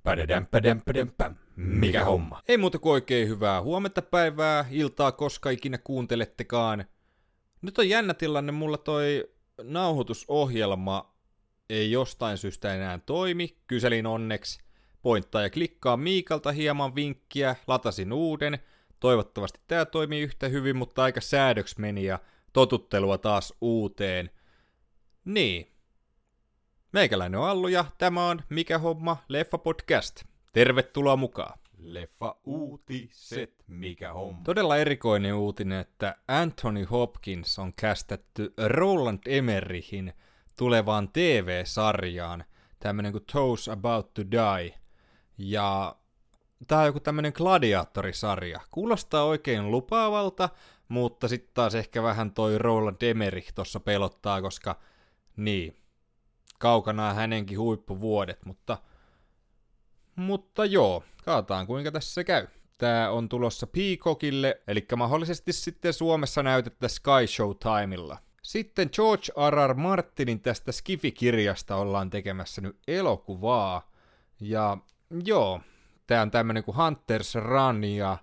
Padadämpädämpädämpäm. Mikä homma? Ei muuta kuin oikein hyvää huomenta päivää, iltaa, koska ikinä kuuntelettekaan. Nyt on jännä tilanne, mulla toi nauhoitusohjelma ei jostain syystä enää toimi. Kyselin onneksi pointtaa ja klikkaa Miikalta hieman vinkkiä, latasin uuden. Toivottavasti tää toimii yhtä hyvin, mutta aika säädöks meni ja totuttelua taas uuteen. Niin. Meikäläinen on Allu ja tämä on Mikä homma? Leffa podcast. Tervetuloa mukaan. Leffa uutiset, mikä homma. Todella erikoinen uutinen, että Anthony Hopkins on kästetty Roland Emmerichim tulevaan TV-sarjaan. Tämmönen kuin Those About to Die. Ja tää on joku tämmönen gladiaattorisarja. Kuulostaa oikein lupaavalta, mutta sitten taas ehkä vähän toi Roland Emmerich tossa pelottaa, koska niin, kaukana hänenkin huippuvuodet, mutta joo, katsotaan kuinka tässä käy. Tää on tulossa Peacockille, eli mahdollisesti sitten Suomessa näytettä Sky Showtimella. Sitten George R.R. Martinin tästä Skifi-kirjasta ollaan tekemässä nyt elokuvaa. Ja joo, tää on tämmönen kuin Hunter's Run ja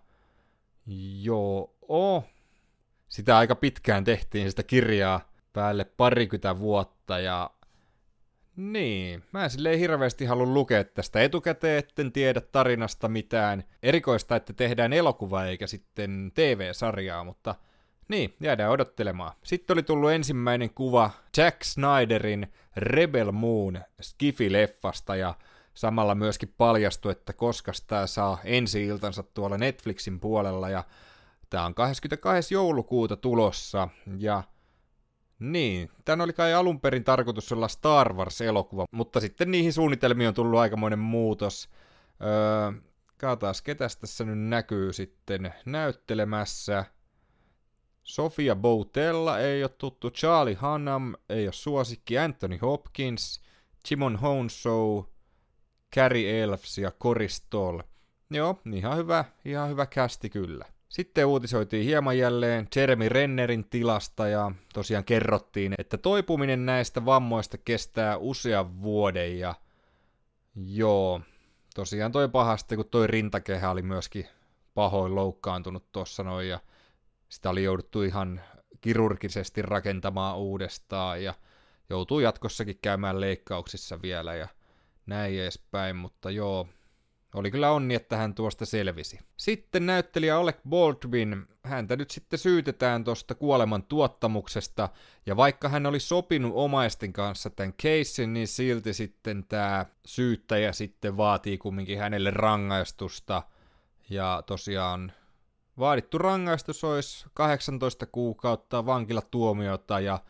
joo, sitä aika pitkään tehtiin sitä kirjaa päälle 20 vuotta ja niin, mä en silleen hirveästi halua lukea tästä etukäteen, etten tiedä tarinasta mitään. Erikoista, että tehdään elokuva eikä sitten TV-sarjaa, mutta niin, jäädään odottelemaan. Sitten oli tullut ensimmäinen kuva Zack Snyderin Rebel Moon Skifi-leffasta ja samalla myöskin paljastui, että koska tää saa ensi-iltansa tuolla Netflixin puolella ja tää on 22. joulukuuta tulossa ja niin, tän oli kai alun perin tarkoitus olla Star Wars-elokuva, mutta sitten niihin suunnitelmiin on tullut aikamoinen muutos. Katsotaan, ketäs tässä nyt näkyy sitten näyttelemässä. Sofia Boutella ei ole tuttu, Charlie Hunnam ei ole suosikki, Anthony Hopkins, Jimon Hounsou, Carrie Elves ja Corey Stoll. Joo, ihan hyvä kästi kyllä. Sitten uutisoitiin hieman jälleen Jeremy Rennerin tilasta ja tosiaan kerrottiin, että toipuminen näistä vammoista kestää usean vuoden ja joo, tosiaan toi pahasti, kun toi rintakehä oli myöskin pahoin loukkaantunut tossa noin ja sitä oli jouduttu ihan kirurgisesti rakentamaan uudestaan ja joutuu jatkossakin käymään leikkauksissa vielä ja näin edespäin, mutta joo, oli kyllä onni, että hän tuosta selvisi. Sitten näyttelijä Alec Baldwin, häntä nyt sitten syytetään tuosta kuoleman tuottamuksesta, ja vaikka hän oli sopinut omaisten kanssa tämän casein, niin silti sitten tämä syyttäjä sitten vaatii kumminkin hänelle rangaistusta, ja tosiaan vaadittu rangaistus olisi 18 kuukautta vankilatuomiota ja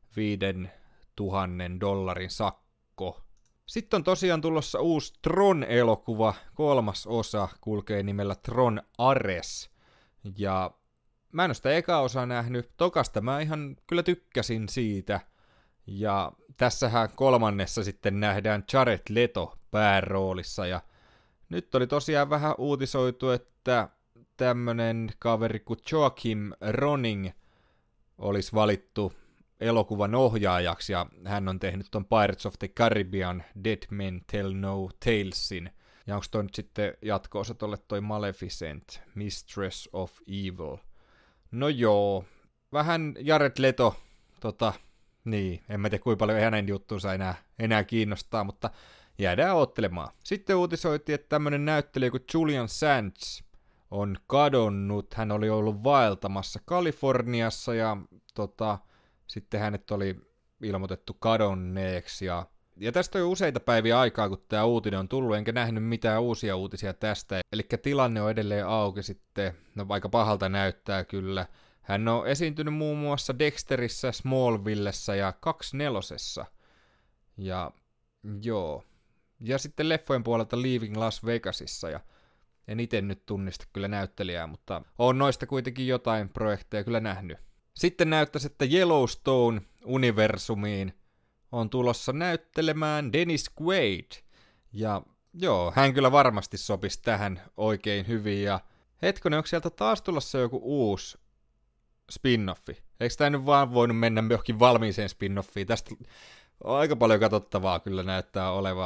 $5,000 sakko. Sitten on tosiaan tulossa uusi Tron-elokuva, 3. osa, kulkee nimellä Tron Ares. Ja mä en ole sitä eka osaa nähnyt, tokasta mä ihan kyllä tykkäsin siitä. Ja tässähän 3. sitten nähdään Jared Leto pääroolissa. Ja nyt oli tosiaan vähän uutisoitu, että tämmönen kaveri kuin Joakim Ronning olisi valittu elokuvan ohjaajaksi, ja hän on tehnyt ton Pirates of the Caribbean Dead Men Tell No Talesin. Ja onko toi nyt sitten jatko-osa tolle toi Maleficent, Mistress of Evil. No joo, vähän Jared Leto, niin, en mä tiedä kuinka paljon hänen juttunsa enää kiinnostaa, mutta jäädään oottelemaan. Sitten uutisoitiin, että tämmönen näyttelijä kuin Julian Sands on kadonnut. Hän oli ollut vaeltamassa Kaliforniassa ja sitten hänet oli ilmoitettu kadonneeksi ja tästä on jo useita päiviä aikaa, kun tämä uutinen on tullut, enkä nähnyt mitään uusia uutisia tästä. Eli tilanne on edelleen auki sitten, no aika pahalta näyttää kyllä. Hän on esiintynyt muun muassa Dexterissä, Smallvillessä ja 24. Ja joo. Ja sitten leffojen puolelta Leaving Las Vegasissa ja en itse nyt tunnista kyllä näyttelijää, mutta on noista kuitenkin jotain projekteja kyllä nähnyt. Sitten näyttäisi, että Yellowstone-universumiin on tulossa näyttelemään Dennis Quaid. Ja joo, hän kyllä varmasti sopisi tähän oikein hyvin. Ja hetkonen, onko sieltä taas tulossa joku uusi spin-offi? Eikö tämä nyt vaan voinut mennä johonkin valmiiseen spin-offiin? Tästä aika paljon katsottavaa kyllä näyttää olevaa.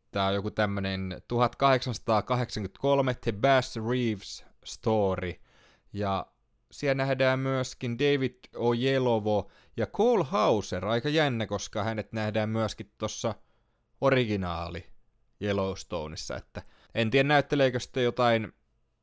Tää on joku tämmönen 1883 The Bass Reeves Story. Ja siellä nähdään myöskin David Oyelowo ja Cole Hauser. Aika jännä, koska hänet nähdään myöskin tossa originaali Yellowstoneissa. Että en tiedä, näytteleekö sitten jotain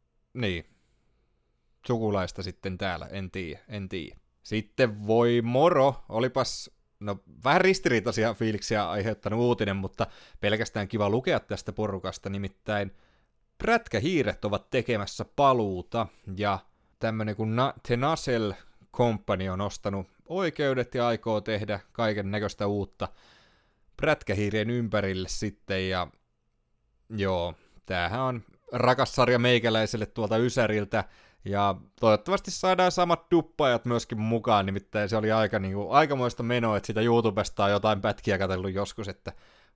sukulaista sitten täällä. En tiedä. Sitten voi moro. Olipas vähän ristiriitaisia fiiliksiä aiheuttanut uutinen, mutta pelkästään kiva lukea tästä porukasta. Nimittäin Prätkähiiret ovat tekemässä paluuta ja tämmönen kuin The Nacelle Company on ostanut oikeudet ja aikoo tehdä kaiken näköistä uutta prätkähiirien ympärille sitten. Ja joo, tämähän on rakas sarja meikäläiselle tuolta Ysäriltä. Ja toivottavasti saadaan samat duppaajat myöskin mukaan, nimittäin se oli aikamoista menoa, että sitä YouTubesta on jotain pätkiä katsellut joskus, että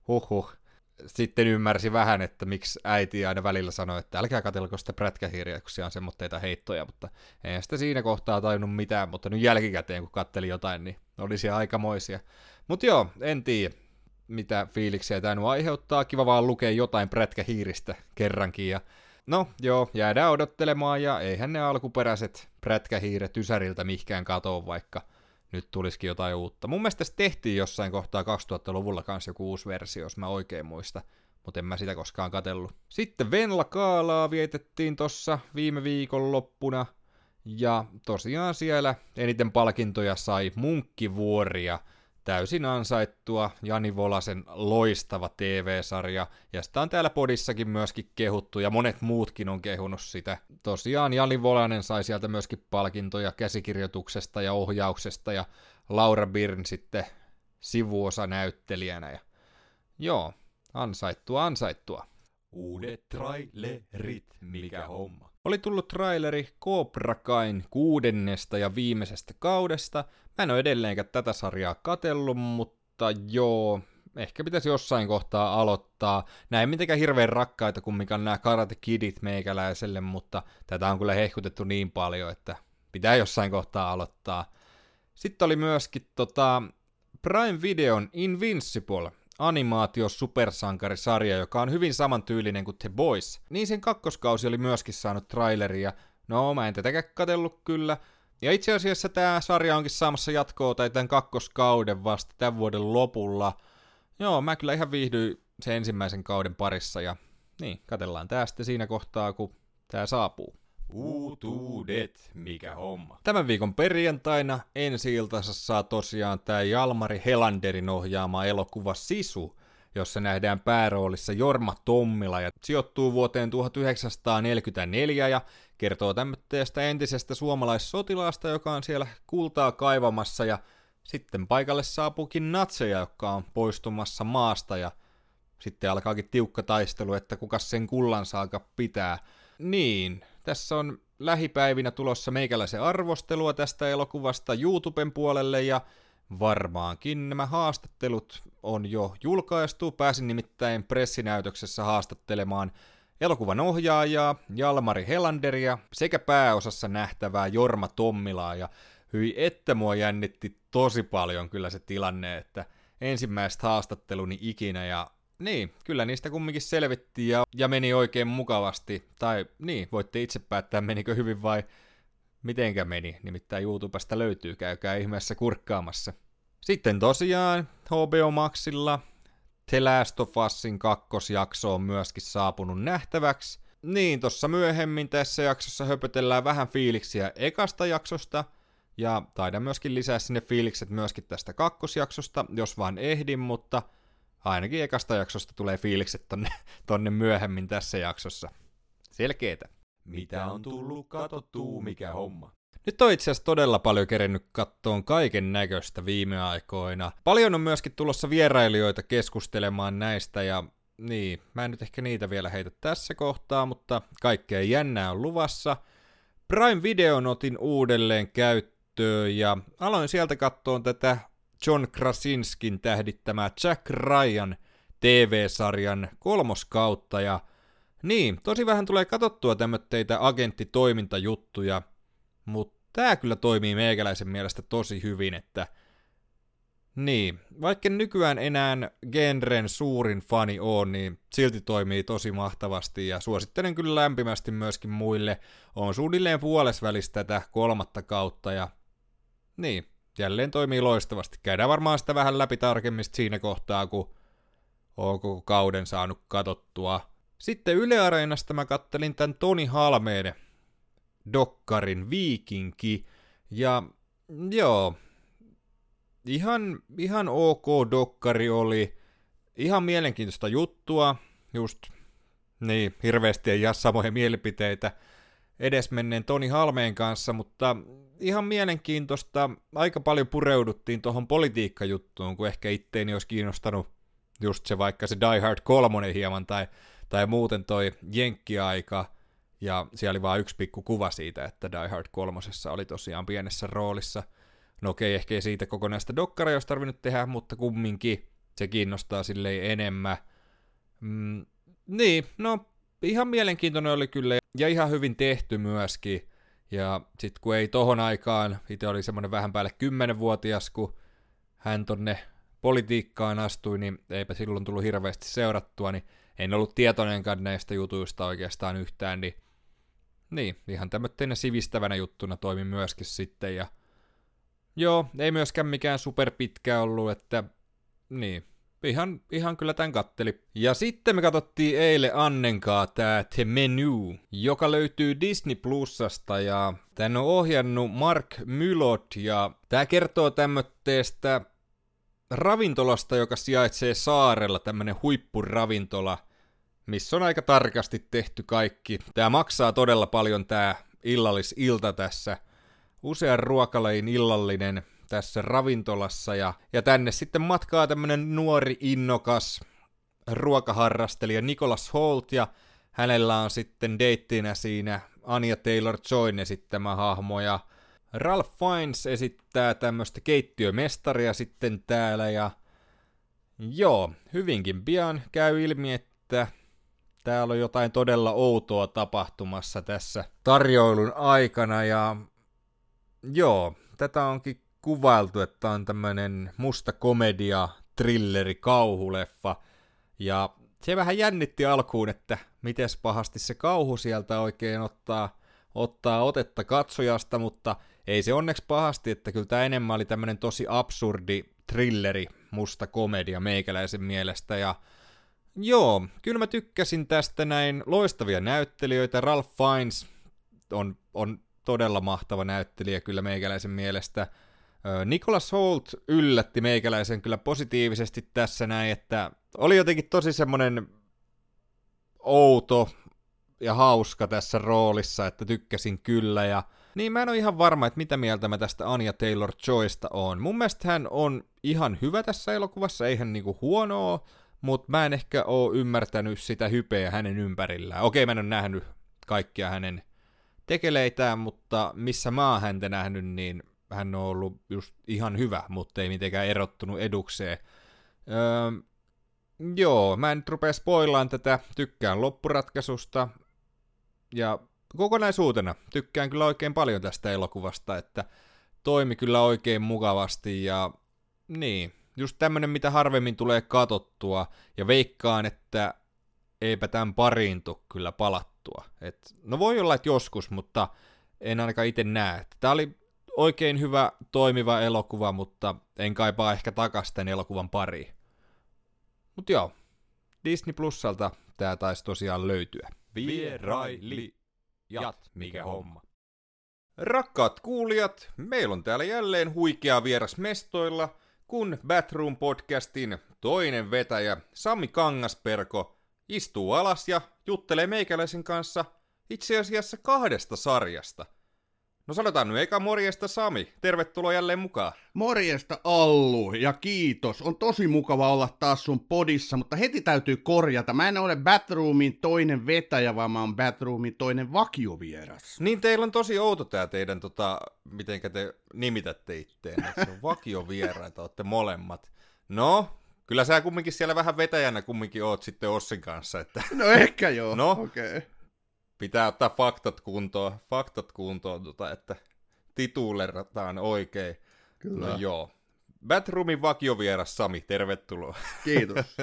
Sitten ymmärsi vähän, että miksi äiti aina välillä sanoi, että älkää katselko sitä prätkähiiriä, kun siellä on semmoitteita heittoja, mutta ei sitä siinä kohtaa tajunnut mitään, mutta nyt jälkikäteen, kun katteli jotain, niin oli siellä aikamoisia. Mutta joo, en tiedä, mitä fiiliksiä tämä nyt aiheuttaa, kiva vaan lukea jotain prätkähiiristä kerrankin, ja no joo, jäädään odottelemaan, ja eihän ne alkuperäiset prätkähiiret Ysäriltä mihkään katoa, vaikka nyt tulisikin jotain uutta. Mun mielestä se tehtiin jossain kohtaa 2000-luvulla kanssa joku uusi versio, jos mä oikein muista, mutta en mä sitä koskaan katsellut. Sitten Venla Kaalaa vietettiin tossa viime viikon loppuna, ja tosiaan siellä eniten palkintoja sai Munkkivuoria, täysin ansaittua Jani Volasen loistava TV-sarja, ja sitä on täällä podissakin myöskin kehuttu, ja monet muutkin on kehunut sitä. Tosiaan Jani Volanen sai sieltä myöskin palkintoja käsikirjoituksesta ja ohjauksesta, ja Laura Byrne sitten sivuosanäyttelijänä, ja joo, ansaittua. Uudet trailerit, mikä homma. Oli tullut traileri Cobra Kain 6. ja viimeisestä kaudesta. Mä en ole edelleenkään tätä sarjaa katsellut, mutta joo, ehkä pitäisi jossain kohtaa aloittaa. Näin mitenkään hirveän rakkaita kumminkaan nämä Karate Kidit meikäläiselle, mutta tätä on kyllä hehkutettu niin paljon, että pitää jossain kohtaa aloittaa. Sitten oli myöskin Prime Videon Invincible animaatio-supersankarisarja, joka on hyvin samantyylinen kuin The Boys. Niin sen kakkoskausi oli myöskin saanut traileria. No, mä en tätäkään katsellut kyllä. Ja itse asiassa tää sarja onkin saamassa jatkoa tai tämän kakkoskauden vasta tämän vuoden lopulla. Joo, mä kyllä ihan viihdyin sen ensimmäisen kauden parissa ja niin, katsellaan tää sitten siinä kohtaa, kun tää saapuu. Uutuudet, mikä homma. Tämän viikon perjantaina ensi-iltansa saa tosiaan tää Jalmari Helanderin ohjaama elokuva Sisu, jossa nähdään pääroolissa Jorma Tommila ja sijoittuu vuoteen 1944 ja kertoo tämmöistä entisestä suomalaissotilaasta, joka on siellä kultaa kaivamassa ja sitten paikalle saapuukin natseja, jotka on poistumassa maasta ja sitten alkaakin tiukka taistelu, että kuka sen kullan saaka pitää. Niin, tässä on lähipäivinä tulossa meikäläisen arvostelua tästä elokuvasta YouTuben puolelle ja varmaankin nämä haastattelut on jo julkaistu. Pääsin nimittäin pressinäytöksessä haastattelemaan elokuvan ohjaajaa Jalmari Helanderia sekä pääosassa nähtävää Jorma Tommilaa ja hyi että mua jännitti tosi paljon kyllä se tilanne, että ensimmäistä haastatteluni ikinä ja niin, kyllä niistä kumminkin selvittiin ja meni oikein mukavasti. Tai niin, voitte itse päättää menikö hyvin vai mitenkä meni. Nimittäin YouTubesta löytyy, käykää ihmeessä kurkkaamassa. Sitten tosiaan HBO Maxilla The Last of Usin kakkosjakso on myöskin saapunut nähtäväksi. Niin, tossa myöhemmin tässä jaksossa höpötellään vähän fiiliksiä ekasta jaksosta. Ja taidan myöskin lisää sinne fiilikset myöskin tästä kakkosjaksosta, jos vaan ehdin, mutta ainakin ekasta jaksosta tulee fiilikset tonne myöhemmin tässä jaksossa. Selkeetä. Mitä on tullut katsottua, mikä homma. Nyt on itse asiassa todella paljon kerennyt kattoon kaiken näköistä viime aikoina. Paljon on myöskin tulossa vierailijoita keskustelemaan näistä ja niin, mä en nyt ehkä niitä vielä heitä tässä kohtaa, mutta kaikkea jännää on luvassa. Prime Videon otin uudelleen käyttöön ja aloin sieltä kattoon tätä John Krasinskin tähdittämää Jack Ryan TV-sarjan 3. kautta ja niin, tosi vähän tulee katsottua tämmöitä agenttitoimintajuttuja, mutta tää kyllä toimii meikäläisen mielestä tosi hyvin, että Niin, vaikka nykyään enää genren suurin fani on, niin silti toimii tosi mahtavasti ja suosittelen kyllä lämpimästi myöskin muille. On suunnilleen puolesvälistä tätä 3. kautta ja niin, jälleen toimii loistavasti. Käydään varmaan sitä vähän läpi tarkemmin siinä kohtaa, kun on koko kauden saanut katsottua. Sitten Yle Areenasta mä kattelin tän Toni Halmeen dokkarin Viikinki ja joo, ihan ok dokkari oli, ihan mielenkiintoista juttua, just niin, hirveästi ei jää samoja mielipiteitä edesmenneen Toni Halmeen kanssa, mutta ihan mielenkiintoista, aika paljon pureuduttiin tuohon politiikkajuttuun, kun ehkä itteeni olisi kiinnostanut just se vaikka se Die Hard 3 hieman tai muuten toi Jenkki-aika, ja siellä oli vaan yksi pikku kuva siitä, että Die Hard 3 oli tosiaan pienessä roolissa. No okei, ehkä ei siitä kokonaista dokkaria olisi tarvinnut tehdä, mutta kumminkin se kiinnostaa silleen enemmän. Niin, no ihan mielenkiintoinen oli kyllä ja ihan hyvin tehty myöskin. Ja sit kun ei tohon aikaan, itse oli semmonen vähän päälle 10-vuotias, kun hän tonne politiikkaan astui, niin eipä silloin tullut hirveästi seurattua, niin en ollut tietoinenkaan näistä jutuista oikeastaan yhtään, niin ihan tämmöinen sivistävänä juttuna toimi myöskin sitten, ja joo, ei myöskään mikään superpitkä ollut, että niin, ihan kyllä tän katteli. Ja sitten me katsottiin eilen Annenkaa tää The Menu, joka löytyy Disney Plusasta, ja tän on ohjannut Mark Mylod, ja tää kertoo tämmöistä ravintolasta, joka sijaitsee saarella, tämmönen huippuravintola, missä on aika tarkasti tehty kaikki. Tää maksaa todella paljon tää illallisilta tässä. Usean ruokalajin illallinen tässä ravintolassa ja tänne sitten matkaa tämmönen nuori innokas ruokaharrastelija Nicholas Hoult ja hänellä on sitten deittinä siinä Anya Taylor-Joyn esittämä hahmo ja Ralph Fiennes esittää tämmöistä keittiömestaria sitten täällä ja joo, hyvinkin pian käy ilmi, että täällä on jotain todella outoa tapahtumassa tässä tarjoilun aikana ja joo, tätä onkin kuvailtu, että on tämmönen musta komedia, thrilleri, kauhuleffa ja se vähän jännitti alkuun, että mites pahasti se kauhu sieltä oikein ottaa otetta katsojasta, mutta ei se onneksi pahasti, että kyllä tämä enemmän oli tämmönen tosi absurdi thrilleri, musta komedia meikäläisen mielestä ja joo, kyllä mä tykkäsin tästä näin loistavia näyttelijöitä, Ralph Fiennes on todella mahtava näyttelijä kyllä meikäläisen mielestä. Nicholas Hoult yllätti meikäläisen kyllä positiivisesti tässä näin, että oli jotenkin tosi semmonen outo ja hauska tässä roolissa, että tykkäsin kyllä ja niin mä en ole ihan varma, että mitä mieltä mä tästä Anya Taylor-Joysta on. Mun mielestä hän on ihan hyvä tässä elokuvassa, ei hän niinku huonoa, mutta mä en ehkä oo ymmärtänyt sitä hypeä hänen ympärillään. Okei, mä en ole nähnyt kaikkia hänen tekeleitään, mutta missä mä oon häntä nähnyt, niin hän on ollut just ihan hyvä, mutta ei mitenkään erottunut edukseen. Joo, mä en nyt rupea spoilaan tätä, tykkään loppuratkaisusta, ja kokonaisuutena tykkään kyllä oikein paljon tästä elokuvasta, että toimi kyllä oikein mukavasti, ja niin, just tämmönen, mitä harvemmin tulee katottua, ja veikkaan, että eipä tämän pariin tuu kyllä palattua. No voi olla, että joskus, mutta en ainakaan itse näe. Tää oli oikein hyvä, toimiva elokuva, mutta en kaipaa ehkä takas tän elokuvan pariin. Mut joo, Disney Plusalta tää taisi tosiaan löytyä. Vierailijat, mikä homma. Rakkaat kuulijat, meillä on täällä jälleen huikea vieras mestoilla, kun Batroom-podcastin toinen vetäjä Sami Kangasperko istuu alas ja juttelee meikäläisen kanssa itse asiassa 2 sarjasta. No sanotaan nyt eka morjesta Sami, tervetuloa jälleen mukaan. Morjesta Allu ja kiitos, on tosi mukava olla taas sun podissa, mutta heti täytyy korjata, mä en ole Batroomin toinen vetäjä, vaan mä oon Batroomin toinen vakiovieras. Niin teillä on tosi outo tää teidän mitenkä te nimitätte itteen, että se on vakiovieraita, ootte molemmat. No, kyllä sä kumminkin siellä vähän vetäjänä kumminkin oot sitten Ossin kanssa, että No ehkä joo, no, okei. Pitää ottaa faktat kuntoon, että tituulerataan oikein. Kyllä. No joo. Batroomin vakiovieras Sami, tervetuloa. Kiitos.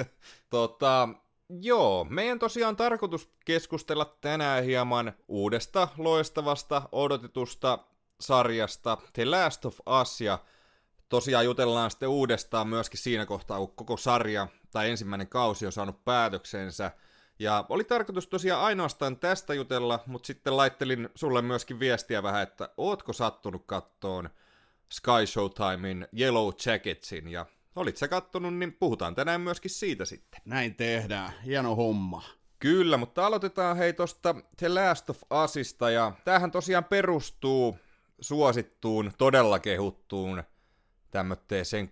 Joo, meidän tosiaan tarkoitus keskustella tänään hieman uudesta, loistavasta, odotetusta sarjasta The Last of Us, ja tosiaan jutellaan sitten uudestaan myöskin siinä kohtaa, kun koko sarja tai ensimmäinen kausi on saanut päätöksensä. Ja oli tarkoitus tosiaan ainoastaan tästä jutella, mutta sitten laittelin sulle myöskin viestiä vähän, että ootko sattunut kattoon Sky Showtimein Yellow Jacketsin, ja olit sä kattonut, niin puhutaan tänään myöskin siitä sitten. Näin tehdään, hieno homma. Kyllä, mutta aloitetaan hei tosta The Last of Usista, ja tämähän tosiaan perustuu suosittuun, todella kehuttuun tämmöiseen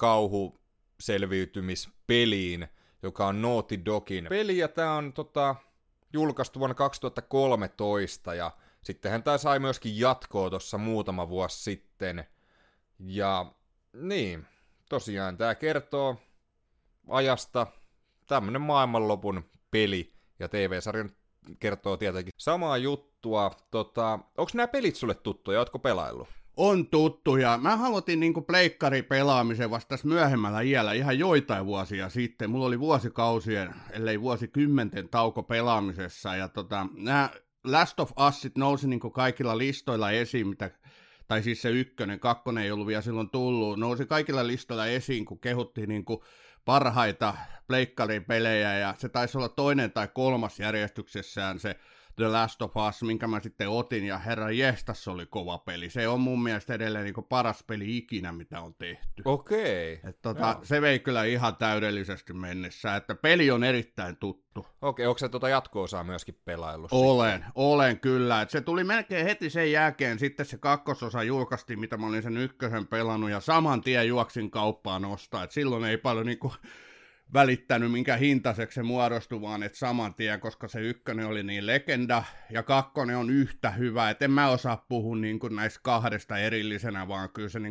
kauhuselviytymispeliin, joka on Naughty Dogin peli, ja tää on julkaistu vuonna 2013, ja sittenhän tää sai myöskin jatkoa tossa muutama vuosi sitten, ja niin, tosiaan tää kertoo ajasta tämmönen maailmanlopun peli, ja TV-sarjan kertoo tietenkin samaa juttua. Onks nämä pelit sulle tuttuja, ootko pelaillut? On tuttu, ja mä aloitin niinku pelaamisen vasta tässä myöhemmällä iällä ihan joitain vuosia sitten. Mulla oli vuosikausien, ellei vuosikymmenten tauko pelaamisessa, ja nämä Last of Usit nousi niinku kaikilla listoilla esiin, tai siis se 1, 2 ei ollut vielä silloin tullut, nousi kaikilla listoilla esiin, kun kehuttiin niinku parhaita pleikkaripelejä, ja se taisi olla 2. tai 3. järjestyksessään se The Last of Us, minkä mä sitten otin, ja herra jestas, se oli kova peli. Se on mun mielestä edelleen niin paras peli ikinä, mitä on tehty. Okei. Se vei kyllä ihan täydellisesti mennessä, että peli on erittäin tuttu. Okei, onko se jatko-osaa myöskin pelaillut? Olen kyllä. Et se tuli melkein heti sen jälkeen, sitten se 2. julkaistiin, mitä mä olin sen 1 pelannut, ja saman tien juoksin kauppaan ostaa. Et silloin ei paljon niinku välittänyt, minkä hintaiseksi se muodostui, vaan että saman tien, koska se 1 oli niin legenda, ja 2 on yhtä hyvä, että en mä osaa puhua niin kuin näistä 2 erillisenä, vaan kyllä se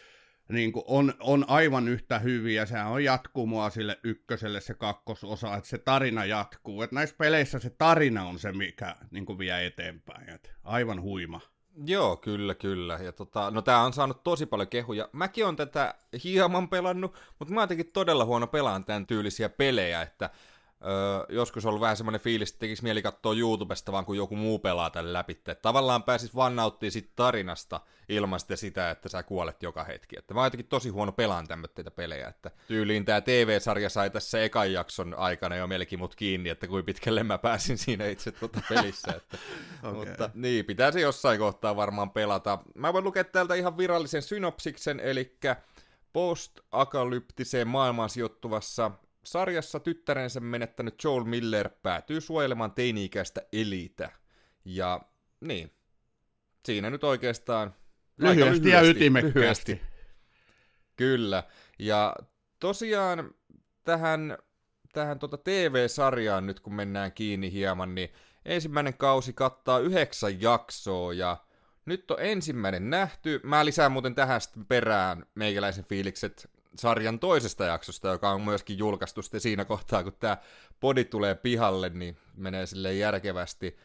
on aivan yhtä hyviä, sehän on jatkumoa sille 1 se 2. että se tarina jatkuu, että näissä peleissä se tarina on se, mikä niin kuin vie eteenpäin, että aivan huima. Joo, kyllä. Ja no tää on saanut tosi paljon kehuja. Mäkin on tätä hieman pelannut, mutta mä oon jotenkin todella huono pelaan tämän tyylisiä pelejä, että joskus on ollut vähän semmoinen fiilis, että tekisi mieli katsoa YouTubesta vaan kun joku muu pelaa tämän läpi. Että tavallaan pääsis vaan nauttii siitä tarinasta ilman sitä, että sä kuolet joka hetki. Että mä oon jotenkin tosi huono pelaan tämmöitä pelejä, että tyyliin tää TV-sarja sai tässä ekan jakson aikana jo melkein mut kiinni, että kuinka pitkälle mä pääsin siinä itse pelissä. Että, okay. Mutta niin, pitäisi jossain kohtaa varmaan pelata. Mä voin lukea täältä ihan virallisen synopsiksen, eli post-akalyptiseen maailmaan sijoittuvassa sarjassa tyttärensä menettänyt Joel Miller päätyy suojelemaan teini-ikäistä Elitä. Ja niin, siinä nyt oikeastaan lyhyesti ja ytimekkäästi. Kyllä, ja tosiaan tähän TV-sarjaan nyt kun mennään kiinni hieman, niin ensimmäinen kausi kattaa 9 jaksoa, ja nyt on ensimmäinen nähty. Mä lisään muuten tähän sitten perään meikäläisen fiilikset sarjan toisesta jaksosta, joka on myöskin julkaistu sitten siinä kohtaa, kun tämä podi tulee pihalle, niin menee silleen järkevästi.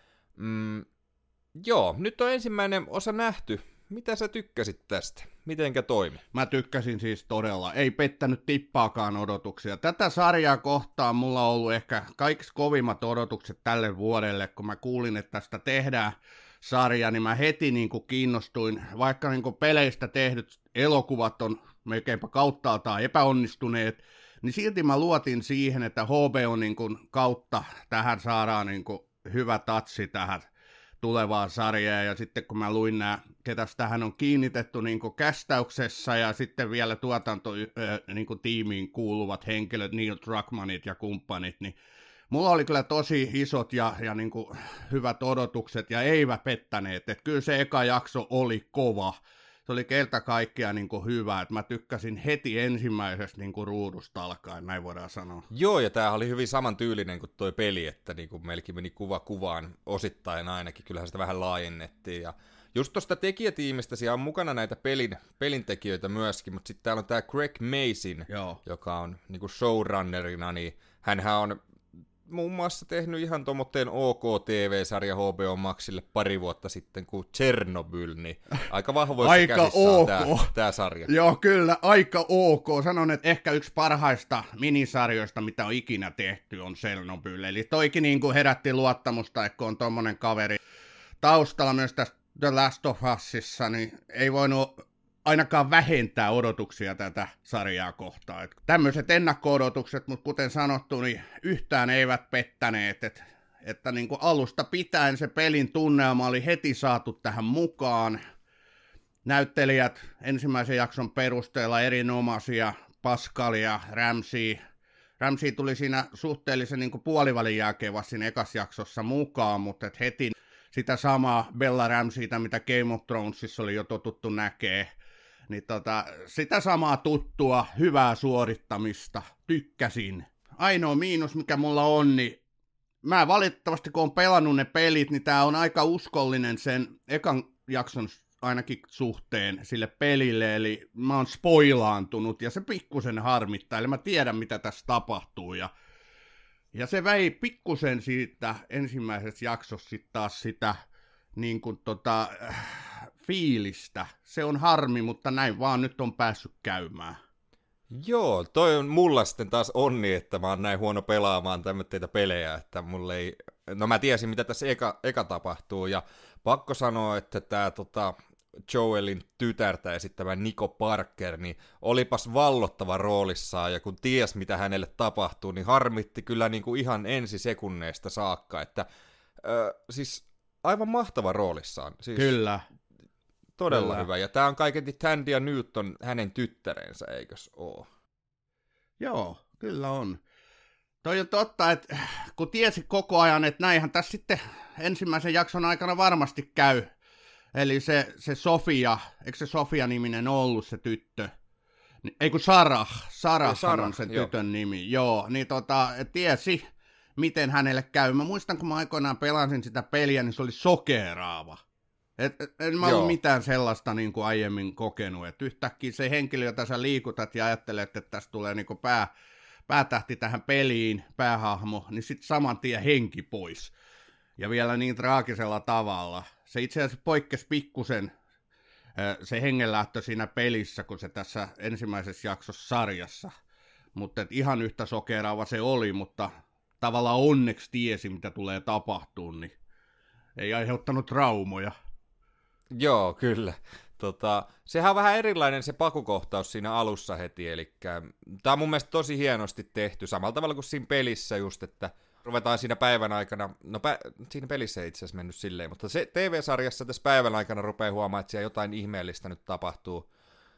Joo, nyt on ensimmäinen osa nähty. Mitä sä tykkäsit tästä? Mitenkä toimi? Mä tykkäsin siis todella. Ei pettänyt tippaakaan odotuksia. Tätä sarjaa kohtaan mulla on ollut ehkä kaikki kovimmat odotukset tälle vuodelle, kun mä kuulin, että tästä tehdään sarja, niin mä heti niin kuin kiinnostuin, vaikka niin kuin peleistä tehdyt elokuvat on melkeinpä kauttaaltaan epäonnistuneet, niin silti mä luotin siihen, että HBO niin kuin kautta tähän saadaan niin kuin hyvä tatsi tähän tulevaan sarjaan, ja sitten kun mä luin nämä, ketäs tähän on kiinnitetty niin kuin kästäyksessä, ja sitten vielä niin kuin tiimiin kuuluvat henkilöt, Neil Druckmannit ja kumppanit, niin mulla oli kyllä tosi isot ja niin kuin hyvät odotukset, ja eivät pettäneet, että kyllä se eka jakso oli kova. Se oli kerta kaikkiaan niin kuin hyvä, että mä tykkäsin heti ensimmäisestä niin kuin ruudusta alkaen, näin voidaan sanoa. Joo, ja tämähän oli hyvin samantyylinen kuin toi peli, että niin kuin melkein meni kuva kuvaan osittain ainakin, kyllähän sitä vähän laajennettiin. Ja just tuosta tekijätiimistä siellä on mukana näitä pelintekijöitä myöskin, mutta sitten täällä on tämä Greg Mason, joka on niin kuin showrunnerina, niin hänhän on muun muassa tehnyt ihan tommoteen OK-TV-sarja HBO Maxille pari vuotta sitten kuin Chernobyl, niin aika vahvoissa Aika käsissä ok. on tää sarja. Joo, kyllä, aika ok. Sanon, että ehkä yksi parhaista minisarjoista, mitä on ikinä tehty, on Chernobyl. Eli toikin niin kuin herätti luottamusta, että kun on tommonen kaveri taustalla myös tässä The Last of Usissa, niin ei voinut ainakaan vähentää odotuksia tätä sarjaa kohtaan. Tämmöiset ennakko-odotukset, mutta kuten sanottu, niin yhtään eivät pettäneet, että niin kuin alusta pitäen se pelin tunnelma oli heti saatu tähän mukaan. Näyttelijät ensimmäisen jakson perusteella erinomaisia, Pascal ja Ramsey. Ramsey tuli siinä suhteellisen niin kuin puolivälin jälkeen vasta siinä ekassa jaksossa mukaan, mutta et heti sitä samaa Bella Ramseytä, mitä Game of Thronesissa oli jo totuttu näkee, niin sitä samaa tuttua, hyvää suorittamista, tykkäsin. Ainoa miinus, mikä mulla on, niin mä valitettavasti, kun on pelannut ne pelit, niin tää on aika uskollinen sen ekan jakson ainakin suhteen sille pelille, eli mä oon spoilaantunut, ja se pikkusen harmittaa, eli mä tiedän, mitä tässä tapahtuu, ja se vei pikkusen siitä ensimmäisestä jaksossa sit taas sitä niin kuin fiilistä. Se on harmi, mutta näin vaan nyt on päässyt käymään. Joo, toi on mulla sitten taas onni, että mä oon näin huono pelaamaan tämmöitä pelejä, että mulle ei... No mä tiesin, mitä tässä eka tapahtuu, ja pakko sanoa, että tää Joelin tytärtä esittävä Nico Parker, niin olipas vallottava roolissaan, ja kun ties mitä hänelle tapahtuu, niin harmitti kyllä niin kuin ihan ensisekunneista saakka, että siis aivan mahtava roolissaan. Siis Kyllä. Todella Kyllä. hyvä, ja tää on kaiketi Tandia Newton hänen tyttärensä, eikös oo? Joo, kyllä on. Toi on totta, että kun tiesi koko ajan, että näinhän tässä sitten ensimmäisen jakson aikana varmasti käy. Eli se Sofia, eikö se Sofia-niminen ollut se tyttö? Ei kun Sarah on sen joo. tytön nimi. Joo, niin tiesi, miten hänelle käy. Mä muistan, kun mä aikoinaan pelasin sitä peliä, niin se oli sokeeraava. En mä ollut mitään sellaista niin kuin aiemmin kokenut, että yhtäkkiä se henkilö, jota sä liikutat ja ajattelet, että tässä tulee niin kuin päätähti tähän peliin, päähahmo, niin sitten saman tien henki pois. Ja vielä niin traagisella tavalla. Se itse asiassa poikkesi pikkusen se hengenlähtö siinä pelissä, kun se tässä ensimmäisessä jaksossa sarjassa. Mutta ihan yhtä sokeraava se oli, mutta tavallaan onneksi tiesi, mitä tulee tapahtumaan, niin ei aiheuttanut traumoja. Joo, kyllä. Sehän on vähän erilainen se pakukohtaus siinä alussa heti, eli tämä on mun mielestä tosi hienosti tehty, samalla tavalla kuin siinä pelissä just, että ruvetaan siinä päivän aikana, siinä pelissä ei itse asiassa mennyt silleen, mutta se TV-sarjassa tässä päivän aikana rupeaa huomaamaan, että siellä jotain ihmeellistä nyt tapahtuu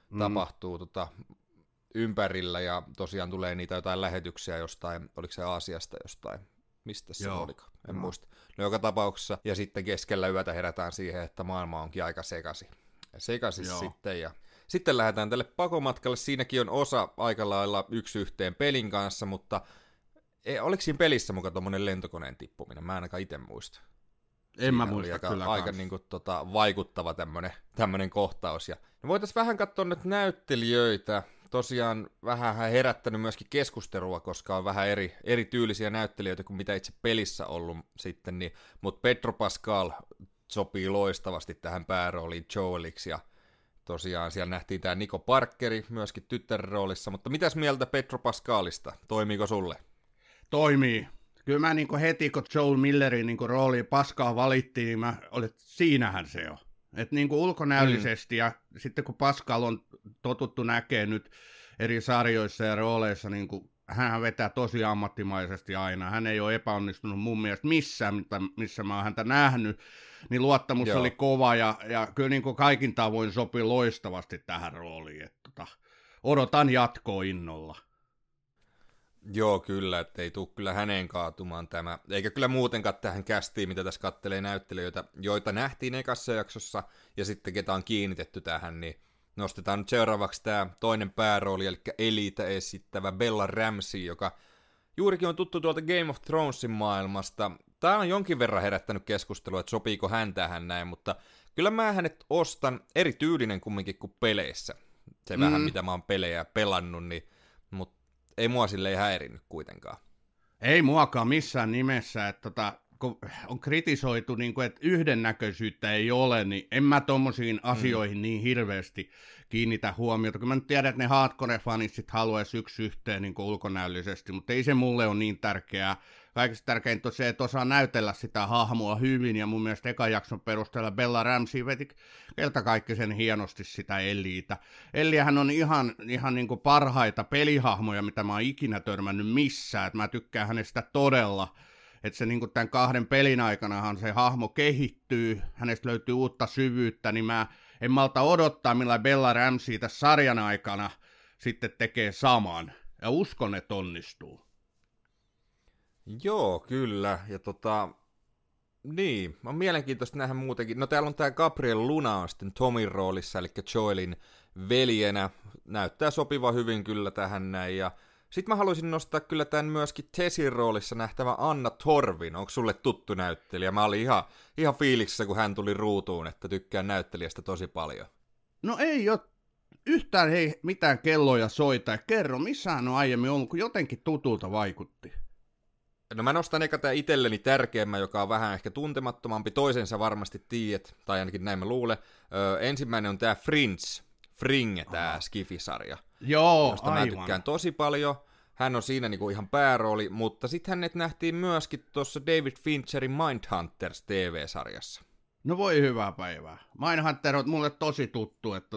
ympärillä, ja tosiaan tulee niitä jotain lähetyksiä jostain, oliko se Aasiasta jostain, mistä se oliko, en muista. No joka tapauksessa, ja sitten keskellä yötä herätään siihen, että maailma onkin aika sekaisin sitten, ja sitten lähdetään tälle pakomatkalle, siinäkin on osa aika lailla yksi yhteen pelin kanssa, mutta oliko siinä pelissä mukaan tuommoinen lentokoneen tippuminen? Mä en ainakaan itse muista. En mä muista kyllä aika niin kuin, vaikuttava tämmöinen kohtaus. Ja me voitaisiin vähän katsoa nyt näyttelijöitä. Tosiaan vähän herättänyt myöskin keskustelua, koska on vähän eri tyylisiä näyttelijöitä kuin mitä itse pelissä ollut sitten. Niin, mutta Pedro Pascal sopii loistavasti tähän päärooliin Joeliksi. Ja tosiaan siellä nähtiin tämä Nico Parkeri myöskin tyttärroolissa. Mutta mitäs mieltä Pedro Pascalista? Toimiiko sulle? Toimii. Kyllä mä niin heti, kun Joel Millerin niin rooliin Pascal valittiin, niin mä olin, että siinähän se on. Että niin ulkonäöllisesti ja sitten kun Pascal on totuttu näkee nyt eri sarjoissa ja rooleissa, niin hän vetää tosi ammattimaisesti aina. Hän ei ole epäonnistunut mun mielestä missään, missä mä oon häntä nähnyt. Niin luottamus oli kova ja kyllä niin kaikin tavoin sopii loistavasti tähän rooliin. Että odotan jatkoa innolla. Joo, kyllä, ettei tule kyllä häneen kaatumaan tämä. Eikä kyllä muutenkaan tähän kästiin, mitä tässä kattelee näyttelijöitä, joita nähtiin ekassa jaksossa, ja sitten ketä on kiinnitetty tähän, niin nostetaan nyt seuraavaksi tämä toinen päärooli, eli Elitä esittävä Bella Ramsey, joka juurikin on tuttu tuolta Game of Thronesin maailmasta. Tämä on jonkin verran herättänyt keskustelua, että sopiiko hän tähän näin, mutta kyllä mä hänet ostan erityylinen kumminkin kuin peleissä. Se vähän, mitä mä oon pelejä pelannut, niin, mutta ei mua silleen häirinnyt kuitenkaan. Ei muakaan missään nimessä, että kun on kritisoitu, niin kuin, että yhdennäköisyyttä ei ole, niin en mä tommosiin asioihin niin hirveästi kiinnitä huomiota. Kun mä nyt tiedän, että ne hardcore-fanit sit haluaisi yksi yhteen niin kuin ulkonäöllisesti, mutta ei se mulle ole niin tärkeää. Kaikista tärkeintä on se, että osaa näytellä sitä hahmoa hyvin, ja mun mielestä ekan jakson perusteella Bella Ramsey veti keltakaikkisen hienosti sitä Elliitä. Elliähän on ihan niin kuin parhaita pelihahmoja, mitä mä oon ikinä törmännyt missään, että mä tykkään hänestä todella. Että se niin kuin tämän 2 pelin aikanahan se hahmo kehittyy, hänestä löytyy uutta syvyyttä, niin mä en malta odottaa, millä Bella Ramsey tässä sarjan aikana sitten tekee saman. Ja uskon, että onnistuu. Joo, kyllä. Ja niin, on mielenkiintoista nähdä muutenkin. No täällä on tää Gabriel Luna on sitten Tomin roolissa, eli Joelin veljenä. Näyttää sopiva hyvin kyllä tähän näin. Ja sit mä haluaisin nostaa kyllä tämän myöskin Tessin roolissa nähtävä Anna Torvin. Onko sulle tuttu näyttelijä? Mä olin ihan fiiliksissä, kun hän tuli ruutuun, että tykkään näyttelijästä tosi paljon. No ei ole yhtään mitään kelloja soita. Kerro, missä hän on aiemmin ollut, kun jotenkin tutulta vaikutti. No mä nostan eka tää itselleni tärkeimmän, joka on vähän ehkä tuntemattomampi. Toisensa varmasti tiedät, tai ainakin näin mä luulen. Ensimmäinen on tää Fringe, tää Skifi-sarja. Joo, josta mä tykkään tosi paljon. Hän on siinä niinku ihan päärooli, mutta sitten hänet nähtiin myöskin tuossa David Fincherin Mindhunters TV-sarjassa. No voi hyvää päivää. Mindhunter on mulle tosi tuttu, että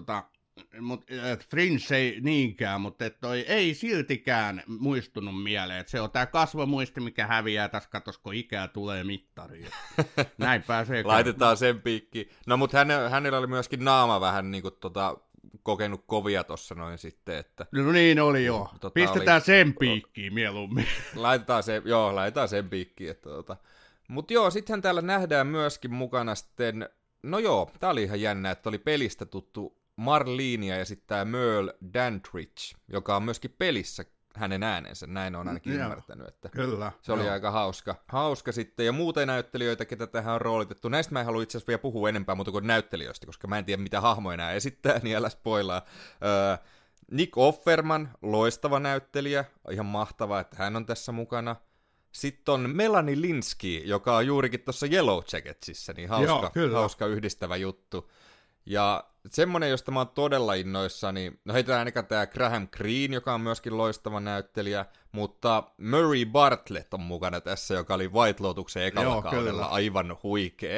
Fringe ei niinkään, mutta ei siltikään muistunut mieleen. Että se on tää kasvomuisti, mikä häviää tässä, katos, kun ikää tulee mittariin. Näin pääsee. Laitetaan sen piikkiin. No mutta hänellä oli myöskin naama vähän niinku kokenut kovia tossa noin sitten, että... No niin oli joo. Pistetään sen piikkiin mieluummin. Laitetaan sen piikkiin, että Mut joo, sittenhän täällä nähdään myöskin mukana sitten... No joo, tää oli ihan jännä, että oli pelistä tuttu Marlenia ja sitten tää Merle Dandridge, joka on myöskin pelissä hänen äänensä, näin on ainakin ymmärtänyt, että kyllä, se oli aika hauska sitten, ja muuten näyttelijöitä, ketä tähän on roolitettu, näistä mä en halua itse asiassa vielä puhua enempää muuta kuin näyttelijöistä, koska mä en tiedä mitä hahmoja enää esittää, niin älä spoilaa. Nick Offerman, loistava näyttelijä, ihan mahtavaa, että hän on tässä mukana. Sitten on Melanie Linsky, joka on juurikin tuossa Yellow Jacketsissa, niin hauska yhdistävä juttu. Ja semmonen, josta mä oon todella innoissani, no heitetään ainakaan tää Graham Greene, joka on myöskin loistava näyttelijä, mutta Murray Bartlett on mukana tässä, joka oli White Lotuksen ekalla kaudella aivan huikee.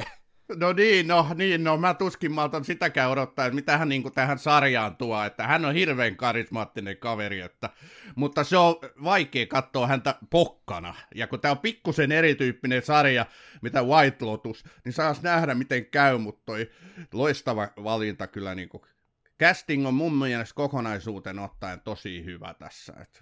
No, mä tuskin maltan sitäkään odottaa, että mitä hän niin tähän sarjaan tuo, että hän on hirveän karismaattinen kaveri, mutta se on vaikea katsoa häntä pokkana, ja kun tää on pikkusen erityyppinen sarja, mitä White Lotus, niin saas nähdä miten käy, mutta toi loistava valinta kyllä, niin kuin, casting on mun mielestä kokonaisuuteen ottaen tosi hyvä tässä, että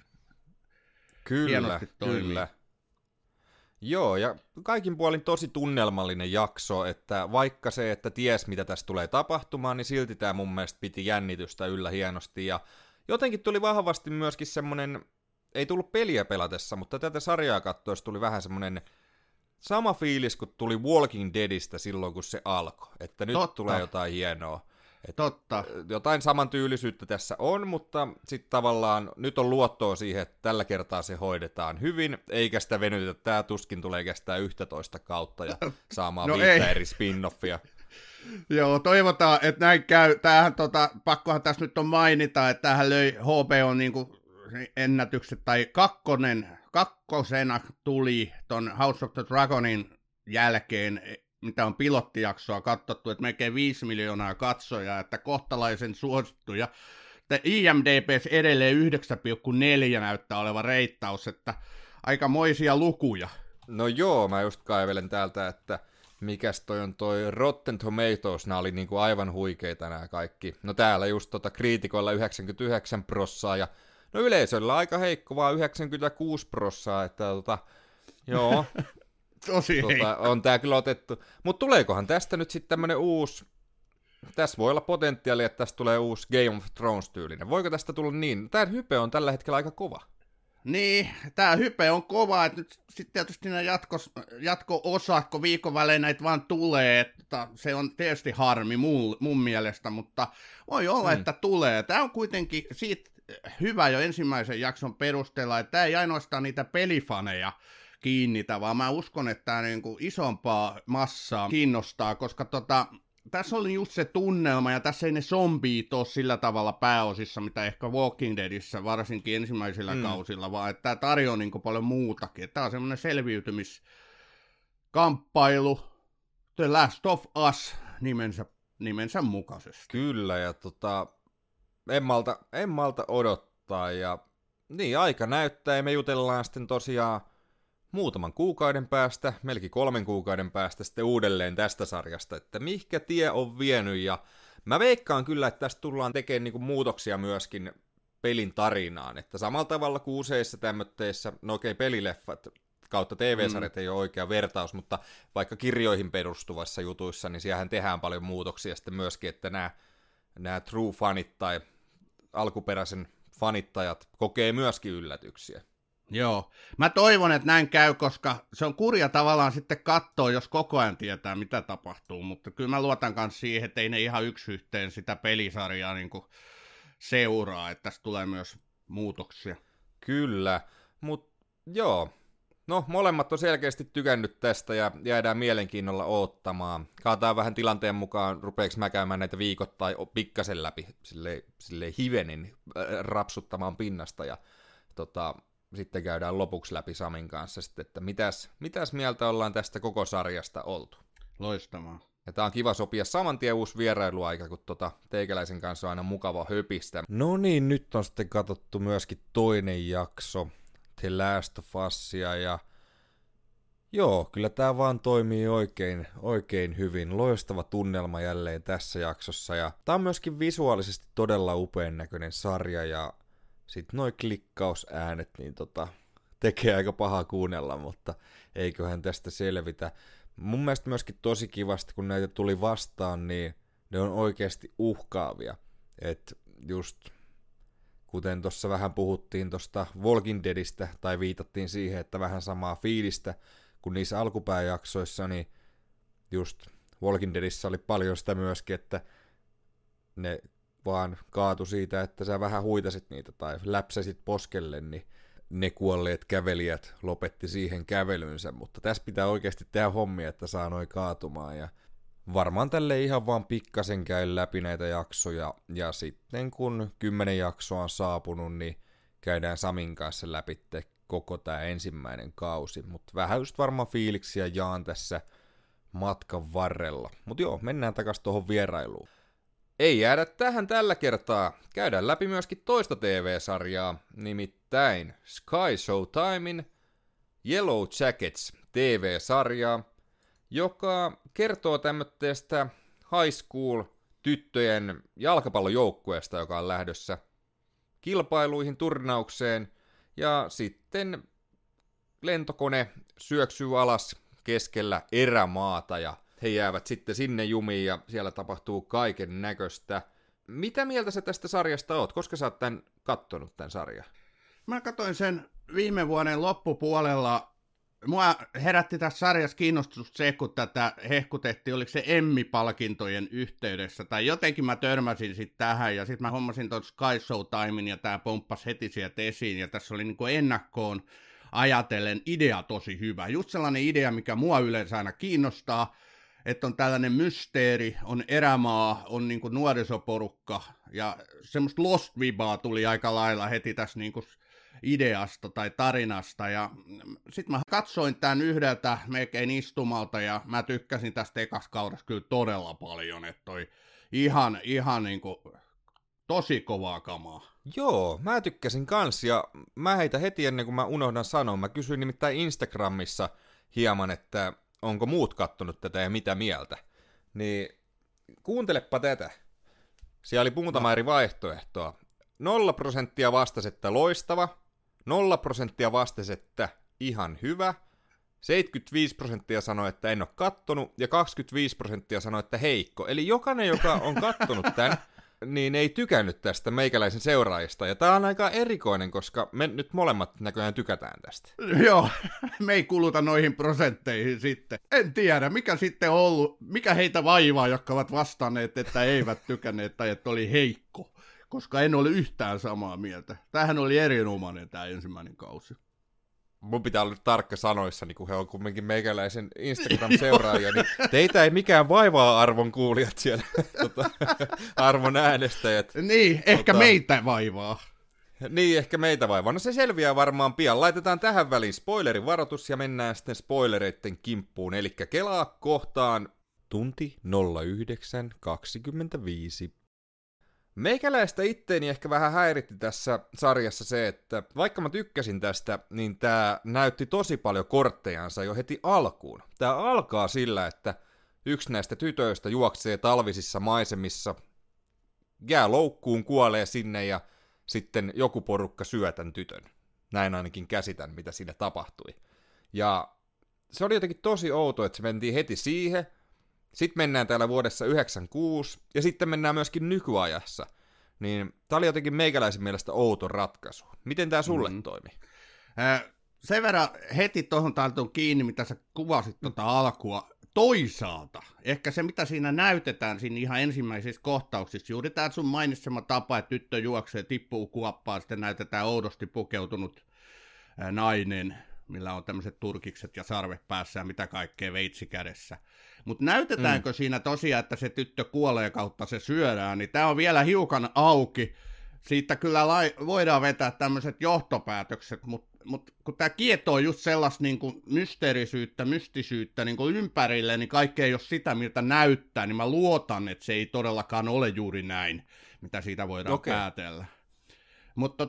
Kyllä. Joo, ja kaikin puolin tosi tunnelmallinen jakso, että vaikka se, että ties mitä tässä tulee tapahtumaan, niin silti tämä mun mielestä piti jännitystä yllä hienosti, ja jotenkin tuli vahvasti myöskin semmonen, ei tullut peliä pelatessa, mutta tätä sarjaa katsoessa tuli vähän semmonen sama fiilis, kun tuli Walking Deadistä silloin, kun se alkoi, että nyt tulee jotain hienoa. Totta. Jotain samantyylisyyttä tässä on, mutta sitten tavallaan nyt on luottoa siihen, että tällä kertaa se hoidetaan hyvin, eikä sitä venytetä. Tämä tuskin tulee kestää 11 kautta ja saamaan 5 eri spin-offia. Joo, toivotaan, että näin käy. Tämähän, pakkohan tässä nyt on mainita, että tämähän löi HBO niinku ennätykset, tai kakkosena tuli ton House of the Dragonin jälkeen, mitä on pilottijaksoa katsottu, että melkein 5 miljoonaa katsojaa, että kohtalaisen suosittu, ja IMDb:ssä edelleen 9,4 näyttää oleva reittaus, että aikamoisia lukuja. No joo, mä just kaivelen täältä, että mikäs toi on toi Rotten Tomatoes, nämä oli niinku aivan huikeita nämä kaikki. No täällä just kriitikoilla 99%, ja no yleisöllä aika heikko, vaan 96%, että joo. Tosi on tää kyllä otettu. Mutta tuleekohan tästä nyt sitten tämmönen uusi, tässä voi olla potentiaalia, että tästä tulee uusi Game of Thrones-tyylinen. Voiko tästä tulla niin? Tää hype on tällä hetkellä aika kova. Niin, tää hype on kova, että nyt sitten tietysti nämä jatko-osat, kun viikon välein näitä vaan tulee, että se on tietysti harmi mun mielestä, mutta voi olla, että tulee. Tää on kuitenkin siitä hyvä jo ensimmäisen jakson perusteella, että tämä ei ainoastaan niitä pelifaneja kiinnitä, vaan mä uskon, että tämä niinku isompaa massaa kiinnostaa, koska tässä oli just se tunnelma, ja tässä ei ne zombiit ole sillä tavalla pääosissa, mitä ehkä Walking Deadissä, varsinkin ensimmäisillä kausilla, vaan että tämä tarjoaa niinku paljon muutakin. Tämä on semmoinen selviytymiskamppailu, The Last of Us nimensä mukaisesti. Kyllä, ja en malta odottaa, ja niin aika näyttää, ja me jutellaan sitten tosiaan muutaman kuukauden päästä, melkein 3 kuukauden päästä sitten uudelleen tästä sarjasta, että mihinkä tie on vienyt, ja mä veikkaan kyllä, että tästä tullaan tekemään niinku muutoksia myöskin pelin tarinaan, että samalla tavalla kuin useissa tämmöteissä, no okei, pelileffat kautta TV-sarjat ei ole oikea vertaus, mutta vaikka kirjoihin perustuvassa jutuissa, niin siellähän tehdään paljon muutoksia sitten myöskin, että nämä true fanit tai alkuperäisen fanittajat kokee myöskin yllätyksiä. Joo, mä toivon, että näin käy, koska se on kurja tavallaan sitten katsoa, jos koko ajan tietää, mitä tapahtuu, mutta kyllä mä luotan myös siihen, että ei ne ihan yksi yhteen sitä pelisarjaa niin kuin seuraa, että tässä tulee myös muutoksia. Kyllä, mutta joo, no molemmat on selkeästi tykännyt tästä ja jäädään mielenkiinnolla oottamaan. Kaataan vähän tilanteen mukaan, rupeeks mä käymään näitä viikoittain pikkasen läpi, silleen hivenin rapsuttamaan pinnasta ja sitten käydään lopuksi läpi Samin kanssa sitten, että mitäs mieltä ollaan tästä koko sarjasta oltu. Loistavaa. Ja tää on kiva sopia saman tien uusi vierailuaika, kun teikäläisen kanssa on aina mukava höpistä. No niin, nyt on sitten katsottu myöskin toinen jakso, The Last of Usia, ja joo, kyllä tää vaan toimii oikein hyvin. Loistava tunnelma jälleen tässä jaksossa, ja tää on myöskin visuaalisesti todella upean näköinen sarja, ja sitten noi klikkausäänet, niin tekee aika paha kuunnella, mutta eiköhän tästä selvitä. Mun mielestä myöskin tosi kivasti, kun näitä tuli vastaan, niin ne on oikeasti uhkaavia. Et just kuten tuossa vähän puhuttiin tuosta Walking Deadistä, tai viitattiin siihen, että vähän samaa fiilistä kuin niissä alkupääjaksoissa, niin just Walking Deadissä oli paljon sitä myöskin, että ne vaan kaatu siitä, että sä vähän huitasit niitä tai läpsäsit poskelle, niin ne kuolleet kävelijät lopetti siihen kävelynsä, mutta tässä pitää oikeasti tehdä hommia, että saa noi kaatumaan, ja varmaan tälle ihan vaan pikkasen käy läpi näitä jaksoja, ja sitten kun 10 jaksoa on saapunut, niin käydään Samin kanssa läpi koko tää ensimmäinen kausi, mutta vähän just varmaan fiiliksiä jaan tässä matkan varrella. Mutta joo, mennään takas tuohon vierailuun. Ei jäädä tähän tällä kertaa. Käydään läpi myöskin toista TV-sarjaa, nimittäin Sky Showtimen Yellow Jackets TV-sarjaa, joka kertoo tämmöistä high school tyttöjen jalkapallojoukkueesta, joka on lähdössä kilpailuihin, turnaukseen, ja sitten lentokone syöksyy alas keskellä erämaata, ja he jäävät sitten sinne jumiin, ja siellä tapahtuu kaiken näköistä. Mitä mieltä sä tästä sarjasta oot? Koska sä oot kattonut tämän sarjan? Mä katsoin sen viime vuoden loppupuolella. Mua herätti tässä sarjassa kiinnostus se, kun tätä hehkutettiin, oliko se Emmy-palkintojen yhteydessä, tai jotenkin mä törmäsin sitten tähän, ja sitten mä hommasin tuon Sky Showtimen, ja tää pomppasi heti sieltä esiin, ja tässä oli niinku ennakkoon ajatellen idea tosi hyvä. Just sellainen idea, mikä mua yleensä aina kiinnostaa, että on tällainen mysteeri, on erämaa, on niinku nuorisoporukka, ja semmoista Lost-vibaa tuli aika lailla heti tässä niinku ideasta tai tarinasta, ja sitten mä katsoin tämän yhdeltä melkein istumalta, ja mä tykkäsin tästä ekassa kaudessa kyllä todella paljon, että toi ihan niinku tosi kovaa kamaa. Joo, mä tykkäsin kans, ja mä heitä heti ennen kuin mä unohdan sanoa, mä kysyin nimittäin Instagramissa hieman, että onko muut kattonut tätä ja mitä mieltä, niin kuuntelepa tätä. Siellä oli muutama eri vaihtoehtoa. 0% vastasi, että loistava, 0% vastasi, että ihan hyvä, 75% sanoi, että en ole kattonut, ja 25% sanoi, että heikko. Eli jokainen, joka on kattonut tämän, niin ei tykännyt tästä meikäläisen seuraajista. Ja tää on aika erikoinen, koska me nyt molemmat näköjään tykätään tästä. Joo, me ei kuluta noihin prosentteihin sitten. En tiedä, mikä sitten on ollut, mikä heitä vaivaa, jotka ovat vastanneet, että eivät tykänneet tai että oli heikko. koska en ole yhtään samaa mieltä. Tämähän oli erinomainen tämä ensimmäinen kausi. Mun pitää olla nyt tarkka sanoissani, kun he on kumminkin meikäläisen Instagram-seuraajia, niin teitä ei mikään vaivaa arvon kuulijat siellä, arvon äänestäjät. Niin, ehkä meitä vaivaa. Niin, ehkä meitä vaivaa. No se selviää varmaan pian. Laitetaan tähän väliin spoilerin varoitus ja mennään sitten spoilereiden kimppuun. Eli kelaa kohtaan tunti 09.25. Meikäläistä itteeni ehkä vähän häiritti tässä sarjassa se, että vaikka mä tykkäsin tästä, niin tää näytti tosi paljon korttejansa jo heti alkuun. Tää alkaa sillä, että yksi näistä tytöistä juoksee talvisissa maisemissa, jää loukkuun, kuolee sinne ja sitten joku porukka syö tän tytön. Näin ainakin käsitän, mitä siinä tapahtui. Ja se oli jotenkin tosi outo, että se mentiin heti siihen. Sitten mennään täällä vuodessa 96, ja sitten mennään myöskin nykyajassa. Niin tää oli jotenkin meikäläisen mielestä outo ratkaisu. Miten tää sulle toimi? Sen verran heti tuohon tartun kiinni, mitä sä kuvasit alkua. Toisaalta, ehkä se mitä siinä näytetään siinä ihan ensimmäisissä kohtauksissa, juuri tämä sun mainitsema tapa, että tyttö juoksee, tippuu kuoppaan, sitten näytetään oudosti pukeutunut nainen, millä on tämmöiset turkikset ja sarvet päässä ja mitä kaikkea veitsi kädessä. Mutta näytetäänkö siinä tosiaan, että se tyttö kuolee kautta se syödään, niin tämä on vielä hiukan auki. Siitä kyllä voidaan vetää tämmöiset johtopäätökset, mutta kun tämä kietoo just sellaista niin kuin mystisyyttä niin kuin ympärille, niin kaikki ei ole sitä, miltä näyttää, niin mä luotan, että se ei todellakaan ole juuri näin, mitä siitä voidaan päätellä. Mutta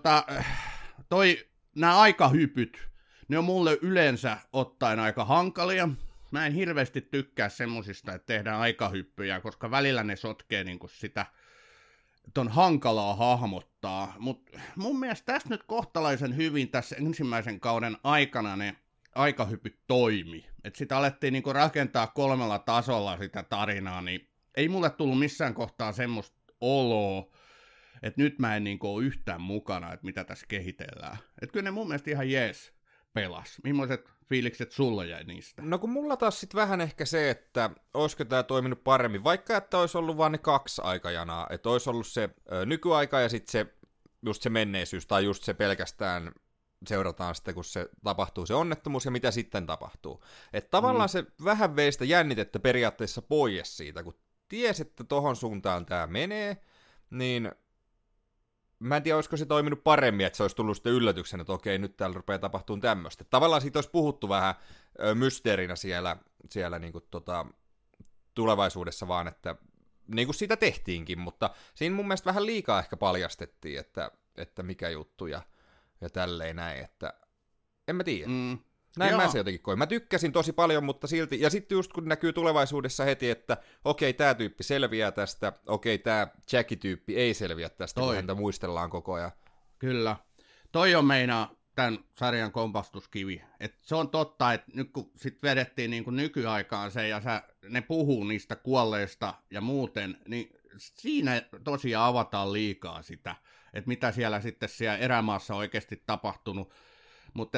nämä aikahypyt, ne on mulle yleensä ottaen aika hankalia. Mä en hirveästi tykkää semmosista, että tehdään aikahyppyjä, koska välillä ne sotkee niin kuin sitä, että on hankalaa hahmottaa, mutta mun mielestä tässä nyt kohtalaisen hyvin tässä ensimmäisen kauden aikana ne aikahypyt toimi. Että sitä alettiin niinku rakentaa 3 tasolla sitä tarinaa, niin ei mulle tullut missään kohtaa semmoista oloa, että nyt mä en niinku ole yhtään mukana, että mitä tässä kehitellään. Että kyllä ne mun mielestä ihan jees pelas. Millaiset fiilikset sulle jäi niistä? No kun mulla taas sit vähän ehkä se, että olisiko tää toiminut paremmin, vaikka että olisi ollut vaan ne 2 aikajanaa, että olisi ollut se nykyaika ja sitten se, just se menneisyys, tai just se pelkästään seurataan sitten, kun se tapahtuu se onnettomuus ja mitä sitten tapahtuu. Että tavallaan se vähän vei sitä jännitettä periaatteessa pois siitä, kun tiesi, että tohon suuntaan tää menee, niin mä en tiedä, olisiko se toiminut paremmin, että se olisi tullut sitten yllätyksenä, että okei, nyt täällä rupeaa tapahtumaan tämmöistä. Tavallaan siitä olisi puhuttu vähän mysteerinä siellä niin kuin tulevaisuudessa vaan, että niin kuin sitä tehtiinkin, mutta siinä mun mielestä vähän liikaa ehkä paljastettiin, että mikä juttu ja tälleen näin, että en mä tiedä. Näin mä se jotenkin koin. Mä tykkäsin tosi paljon, mutta silti, ja sitten just kun näkyy tulevaisuudessa heti, että okei, tää tyyppi selviää tästä, okei, tää Jackie-tyyppi ei selviä tästä, kun häntä muistellaan koko ajan. Kyllä. Toi on meinaa tämän sarjan kompastuskivi. Et se on totta, että nyt kun sit vedettiin niin kuin nykyaikaan se, ja ne puhuu niistä kuolleista ja muuten, niin siinä tosiaan avataan liikaa sitä, että mitä siellä sitten siellä erämaassa on oikeasti tapahtunut. Mutta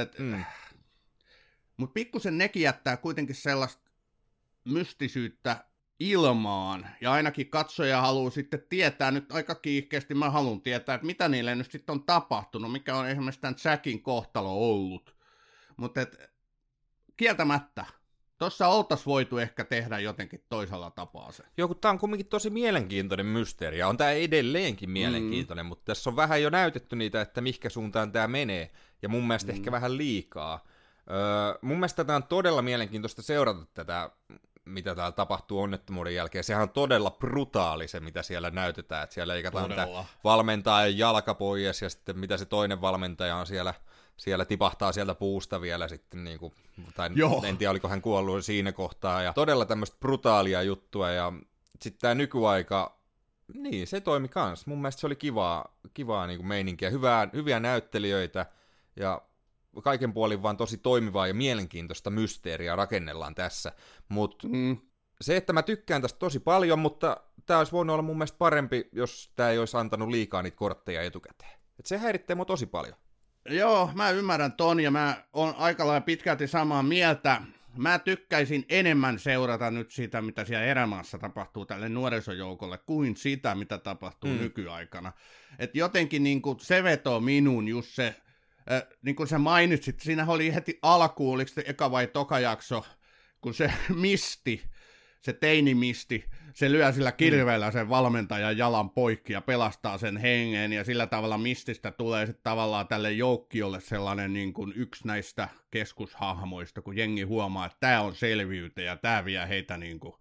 pikkusen nekin jättää kuitenkin sellaista mystisyyttä ilmaan, ja ainakin katsoja haluaa sitten tietää nyt aika kiihkeästi, mä haluan tietää, että mitä niille nyt sitten on tapahtunut, mikä on esimerkiksi tämän Jackin kohtalo ollut. Mutta kieltämättä, tuossa oltaisiin voitu ehkä tehdä jotenkin toisella tapaa se. Joo, kun tää on kumminkin tosi mielenkiintoinen mysteeri, ja on tää edelleenkin mielenkiintoinen, mutta tässä on vähän jo näytetty niitä, että mihinkä suuntaan tää menee, ja mun mielestä ehkä vähän liikaa. Mun mielestä tämä on todella mielenkiintoista seurata tätä, mitä täällä tapahtuu onnettomuuden jälkeen. Sehän on todella brutaali se, mitä siellä näytetään, että siellä leikataan tämä valmentajan jalka pois, ja sitten mitä se toinen valmentaja on siellä tipahtaa sieltä puusta vielä sitten, niin kuin, tai en tiedä, oliko hän kuollut siinä kohtaa, ja todella tämmöistä brutaalia juttua, ja sitten tämä nykyaika, niin se toimi kans. Mun mielestä se oli kivaa niin kuin meininkiä, hyviä näyttelijöitä, ja kaiken puolin vaan tosi toimivaa ja mielenkiintoista mysteeriä rakennellaan tässä, mutta se, että mä tykkään tästä tosi paljon, mutta tää olisi voinut olla mun mielestä parempi, jos tää ei olisi antanut liikaa niitä kortteja etukäteen. Et se häiritsee mua tosi paljon. Joo, mä ymmärrän ton, ja mä oon aika lailla pitkälti samaa mieltä. mä tykkäisin enemmän seurata nyt sitä, mitä siellä erämaassa tapahtuu tälle nuorisojoukolle, kuin sitä, mitä tapahtuu nykyaikana. Et jotenkin niin kuin se vetoo minun just se, niin kuin sä mainitsit, siinä oli heti alkuun, oliko se eka vai toka jakso, kun se se teinimisti, se lyö sillä kirveellä sen valmentajan jalan poikki ja pelastaa sen hengen, ja sillä tavalla mististä tulee sitten tavallaan tälle joukkiolle sellainen niin kuin yksi näistä keskushahmoista, kun jengi huomaa, että tämä on selviyte ja tämä vie heitä niin kuin,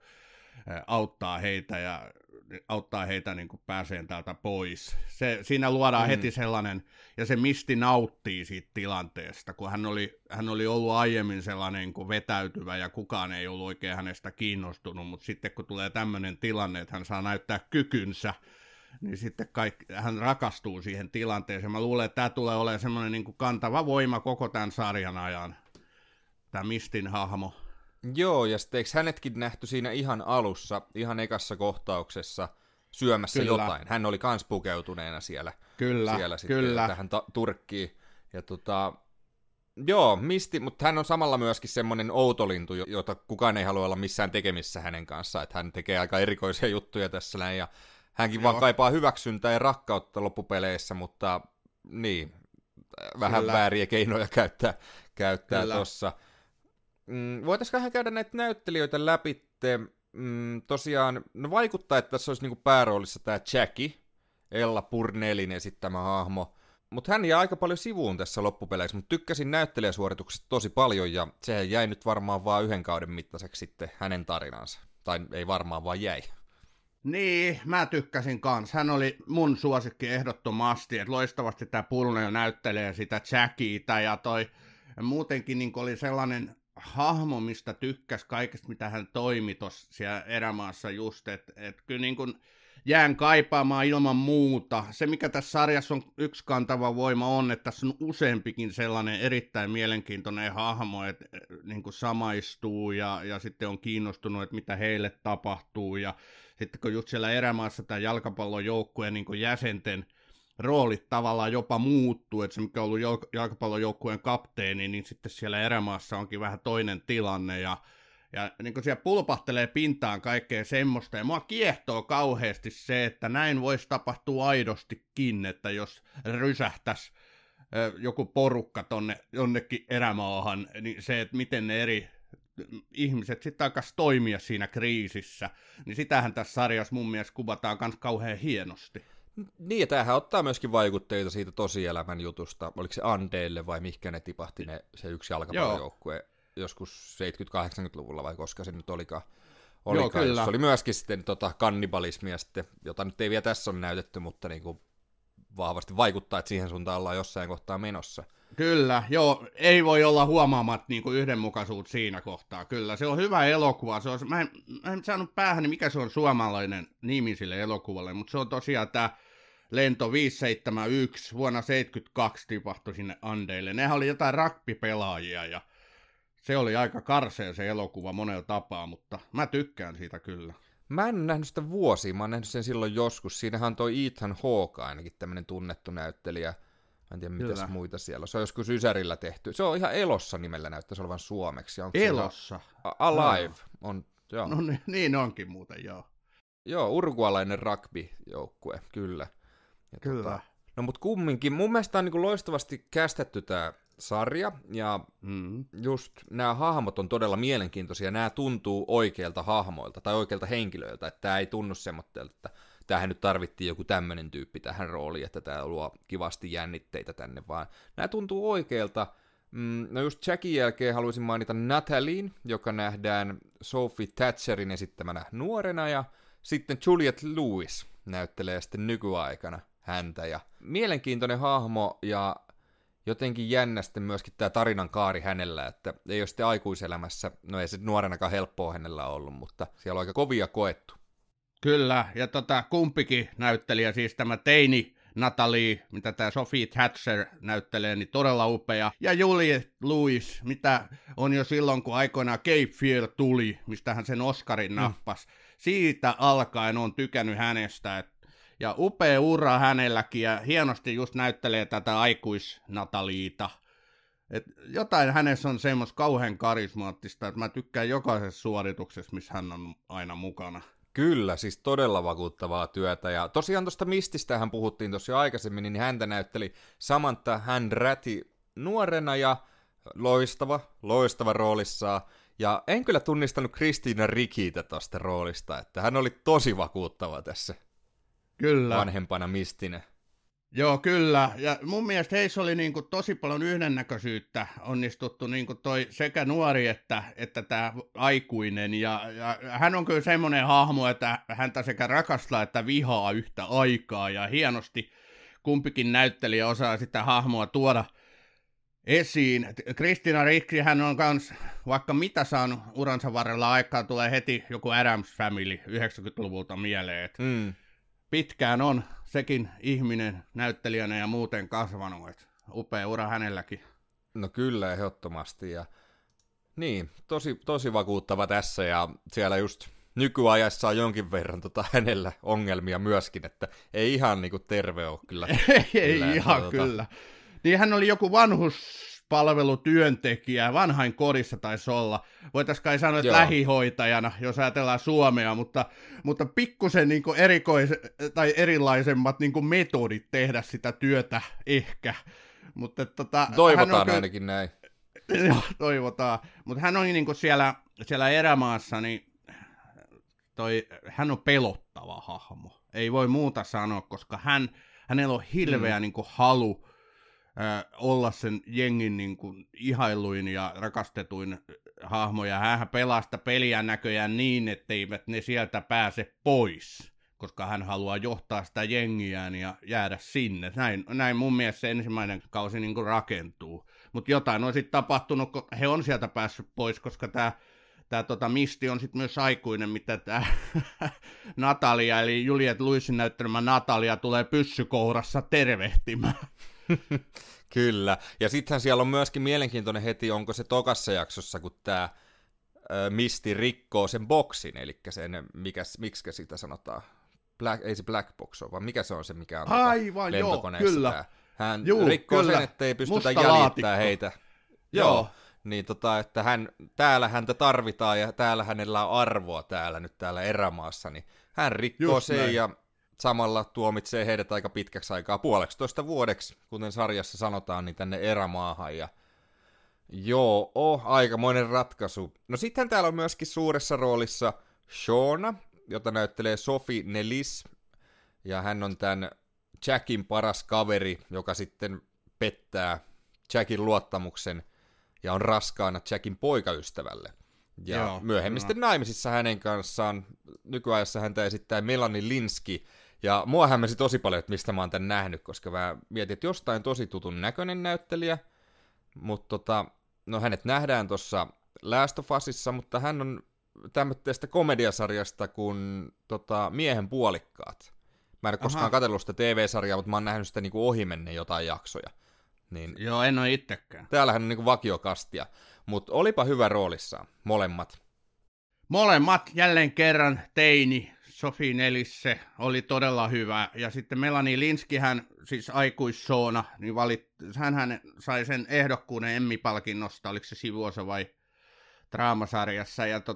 auttaa heitä niin kuin pääseen täältä pois. Siinä luodaan heti sellainen, ja se Misti nauttii siitä tilanteesta, kun hän oli ollut aiemmin sellainen niin kuin vetäytyvä, ja kukaan ei ollut oikein hänestä kiinnostunut, mutta sitten kun tulee tämmöinen tilanne, että hän saa näyttää kykynsä, niin sitten hän rakastuu siihen tilanteeseen. Mä luulen, että tämä tulee olemaan semmoinen niin kuin kantava voima koko tämän sarjan ajan, tämä Mistin hahmo. Joo, ja sitten eikö hänetkin nähty siinä ihan alussa, ihan ekassa kohtauksessa syömässä jotain. Hän oli kans pukeutuneena siellä sitten tähän Turkkiin. Ja joo, Misti, mutta hän on samalla myöskin semmoinen outolintu, jota kukaan ei halua olla missään tekemissä hänen kanssaan. Että hän tekee aika erikoisia juttuja tässä näin, ja hänkin vaan kaipaa hyväksyntää ja rakkautta loppupeleissä, mutta niin, vähän vääriä keinoja käyttää tuossa. Voitaisiinkohan käydä näitä näyttelijöitä läpi? Tosiaan, no vaikuttaa, että tässä olisi niinku pääroolissa tämä Jackie, Ella Purnellin esittämä hahmo, mutta hän jää aika paljon sivuun tässä loppupeleissä, mutta tykkäsin näyttelijäsuorituksesta tosi paljon, ja sehän jäi nyt varmaan vaan yhden kauden mittaiseksi sitten hänen tarinansa. Tai ei varmaan, vaan jäi. Niin, mä tykkäsin kans. Hän oli mun suosikki ehdottomasti, että loistavasti tämä Purnell näyttelee sitä Jackieta, ja muutenkin niin oli sellainen hahmo, mistä tykkäs kaikesta, mitä hän toimi tuossa siellä erämaassa just, että kyllä niin kuin jään kaipaamaan ilman muuta. Se, mikä tässä sarjassa on yksi kantava voima on, että tässä on useampikin sellainen erittäin mielenkiintoinen hahmo, että niin kuin samaistuu ja sitten on kiinnostunut, että mitä heille tapahtuu, ja sitten kun just siellä erämaassa tämä jalkapallojoukkueen niin kuin jäsenten roolit tavallaan jopa muuttuu, että se mikä on ollut jalkapallojoukkueen kapteeni, niin sitten siellä erämaassa onkin vähän toinen tilanne, ja niin kuin siellä pulpahtelee pintaan kaikkea semmoista, ja mua kiehtoo kauheasti se, että näin voisi tapahtua aidostikin, että jos rysähtäisi joku porukka tonne jonnekin erämaahan, niin se, että miten ne eri ihmiset sitten alkaisi toimia siinä kriisissä, niin sitähän tässä sarjassa mun mielestä kuvataan myös kauhean hienosti. Niin, ja tämähän ottaa myöskin vaikutteita siitä tosielämän jutusta. Oliko se Andeille vai mihinkä ne tipahti se yksi jalkapallojoukkue joskus 70-80-luvulla vai koska se nyt olikaan. Joo, kyllä. Se oli myöskin sitten kannibalismia, sitten, jota nyt ei vielä tässä ole näytetty, mutta niin kuin vahvasti vaikuttaa, että siihen suuntaan ollaan jossain kohtaa menossa. Kyllä, joo, ei voi olla huomaamatta niin kuin yhdenmukaisuutta siinä kohtaa. Kyllä, se on hyvä elokuva. Mä en saanut päähän, mikä se on suomalainen nimi sille elokuvalle, mutta se on tosiaan tämä lento 571 vuonna 1972 tipahtui sinne Andeille. Nehän oli jotain rugbypelaajia, ja se oli aika karsea se elokuva monella tapaa, mutta mä tykkään siitä kyllä. Mä en nähnyt sitä vuosia, mä oon nähnyt sen silloin joskus. Siinähän on toi Ethan Hawke ainakin, tämmönen tunnettu näyttelijä. Mä en tiedä, mitäs muita siellä on. Se on joskus Ysärillä tehty. Se on ihan Elossa nimellä, näyttäisi olevan suomeksi. Elossa? Alive. On, joo. No niin onkin muuten, joo. Joo, urugualainen rugby-joukkue, kyllä. Ja kyllä. No mut kumminkin, mun mielestä on niin kuin loistavasti kästetty tää sarja, ja just nämä hahmot on todella mielenkiintoisia. Nämä tuntuu oikeilta hahmoilta tai oikeilta henkilöiltä, että tämä ei tunnu semmoitteelta, että tämähän nyt tarvittiin joku tämmöinen tyyppi tähän rooliin, että tämä luo kivasti jännitteitä tänne, vaan nämä tuntuu oikeilta. No just Jackin jälkeen haluaisin mainita Nathalien, joka nähdään Sophie Thatcherin esittämänä nuorena, ja sitten Juliette Lewis näyttelee sitten nykyaikana häntä, ja mielenkiintoinen hahmo, ja jotenkin jännä sitten myöskin tämä tarinan kaari hänellä, että ei ole sitten aikuiselämässä, no ei se nuorenakaan helppoa hänellä ollut, mutta siellä on aika kovia koettu. Kyllä, ja kumpikin näyttelijä, siis tämä teini Nathalie, mitä tämä Sophie Thatcher näyttelee, niin todella upea. Ja Juliette Lewis, mitä on jo silloin, kun aikoinaan Cape Fear tuli, mistä hän sen Oscarin nappasi. Siitä alkaen on tykännyt hänestä, ja upea ura hänelläkin, ja hienosti just näyttelee tätä aikuis-Nathalieta. Et jotain hänessä on semmoista kauhean karismaattista, että mä tykkään jokaisessa suorituksessa, missä hän on aina mukana. Kyllä, siis todella vakuuttavaa työtä. Ja tosiaan tuosta Mististähän puhuttiin tuossa jo aikaisemmin, niin häntä näytteli Samantha Räty nuorena ja loistava roolissaan. Ja en kyllä tunnistanut Christina Ricciä tuosta roolista, että hän oli tosi vakuuttava tässä Kyllä. vanhempana Mistinä. Joo, kyllä. Ja mun mielestä heissä oli niinku tosi paljon yhdennäköisyyttä onnistuttu niinku toi sekä nuori että tämä aikuinen. Ja hän on kyllä semmoinen hahmo, että häntä sekä rakastaa että vihaa yhtä aikaa. Ja hienosti kumpikin näyttelijä osaa sitä hahmoa tuoda esiin. Christina Ricci, hän on kans vaikka mitä saanut uransa varrella aikaa, tulee heti joku Addams Family 90-luvulta mieleen. Pitkään on sekin ihminen näyttelijänä ja muuten kasvanut, että upea ura hänelläkin. No kyllä, ehdottomasti. Ja niin, tosi vakuuttava tässä, ja siellä just nykyajassa on jonkin verran hänellä ongelmia myöskin, että ei ihan niinku terve ole kyllä. Ei ihan kyllä. Niin hän oli joku vanhuspalvelutyöntekijä, vanhain kodissa taisi olla. Voitaisiin kai sanoa, että lähihoitajana, jos ajatellaan Suomea, mutta pikkusen niin tai erilaisemmat niin metodit tehdä sitä työtä ehkä. Mutta, toivotaan ainakin näin. Joo, toivotaan. Mutta hän on niin siellä erämaassa, niin hän on pelottava hahmo. Ei voi muuta sanoa, koska hänellä on hirveä niin halu olla sen jengin niin kuin ihailuin ja rakastetuin hahmoja. Hän pelaa sitä peliä näköjään niin, etteivät ne sieltä pääse pois, koska hän haluaa johtaa sitä jengiään ja jäädä sinne. Näin mun mielestä se ensimmäinen kausi niin kuin rakentuu. Mutta jotain on sitten tapahtunut, kun he on sieltä päässyt pois, koska tämä Misti on sitten myös aikuinen, mitä tämä Natalia, eli Juliette Lewissin näyttelemä Natalia tulee pyssykourassa tervehtimään. Kyllä, ja sittenhän siellä on myöskin mielenkiintoinen heti, onko se tokassa jaksossa, kun tämä Misti rikkoo sen boksin, eli sen, miksi sitä sanotaan, ei se black box ole, vaan mikä se on se, mikä on aivan, lentokoneessa. Joo, kyllä. Hän rikkoo sen, ettei pystytä jäljittämään heitä. Joo. Niin että täällä häntä tarvitaan ja täällä hänellä on arvoa täällä erämaassa, niin hän rikkoo just sen näin. Ja samalla tuomitsee heidät aika pitkäksi aikaa 1,5 vuodeksi, kuten sarjassa sanotaan, niin tänne erämaahan. Ja aikamoinen ratkaisu. No sitten täällä on myöskin suuressa roolissa Shauna, jota näyttelee Sophie Nellis, ja hän on tämän Jackin paras kaveri, joka sitten pettää Jackin luottamuksen ja on raskaana Jackin poikaystävälle. Ja myöhemmin sitten naimisissa hänen kanssaan, nykyajassa häntä esittää Melanie Linsky, ja mua hämmäsi tosi paljon, että mistä mä oon tän nähnyt, koska mä mietin, että jostain tosi tutun näköinen näyttelijä, mutta no hänet nähdään tuossa Last of Usissa, mutta hän on tämmöistä komediasarjasta kuin Miehen puolikkaat. Mä en ole koskaan katsellut sitä TV-sarjaa, mutta mä oon nähnyt sitä niinku ohimenne jotain jaksoja. Niin, joo, en ole itsekään. Täällähän on niinku vakiokastia, mutta olipa hyvä roolissaan, molemmat. Molemmat jälleen kerran teini. Sophie Nelisse oli todella hyvä. Ja sitten Melanie Linsky, hän siis aikuissoona, niin hän sai sen ehdokkuuden Emmy-palkinnosta, oliko se sivuosa vai draamasarjassa. Ja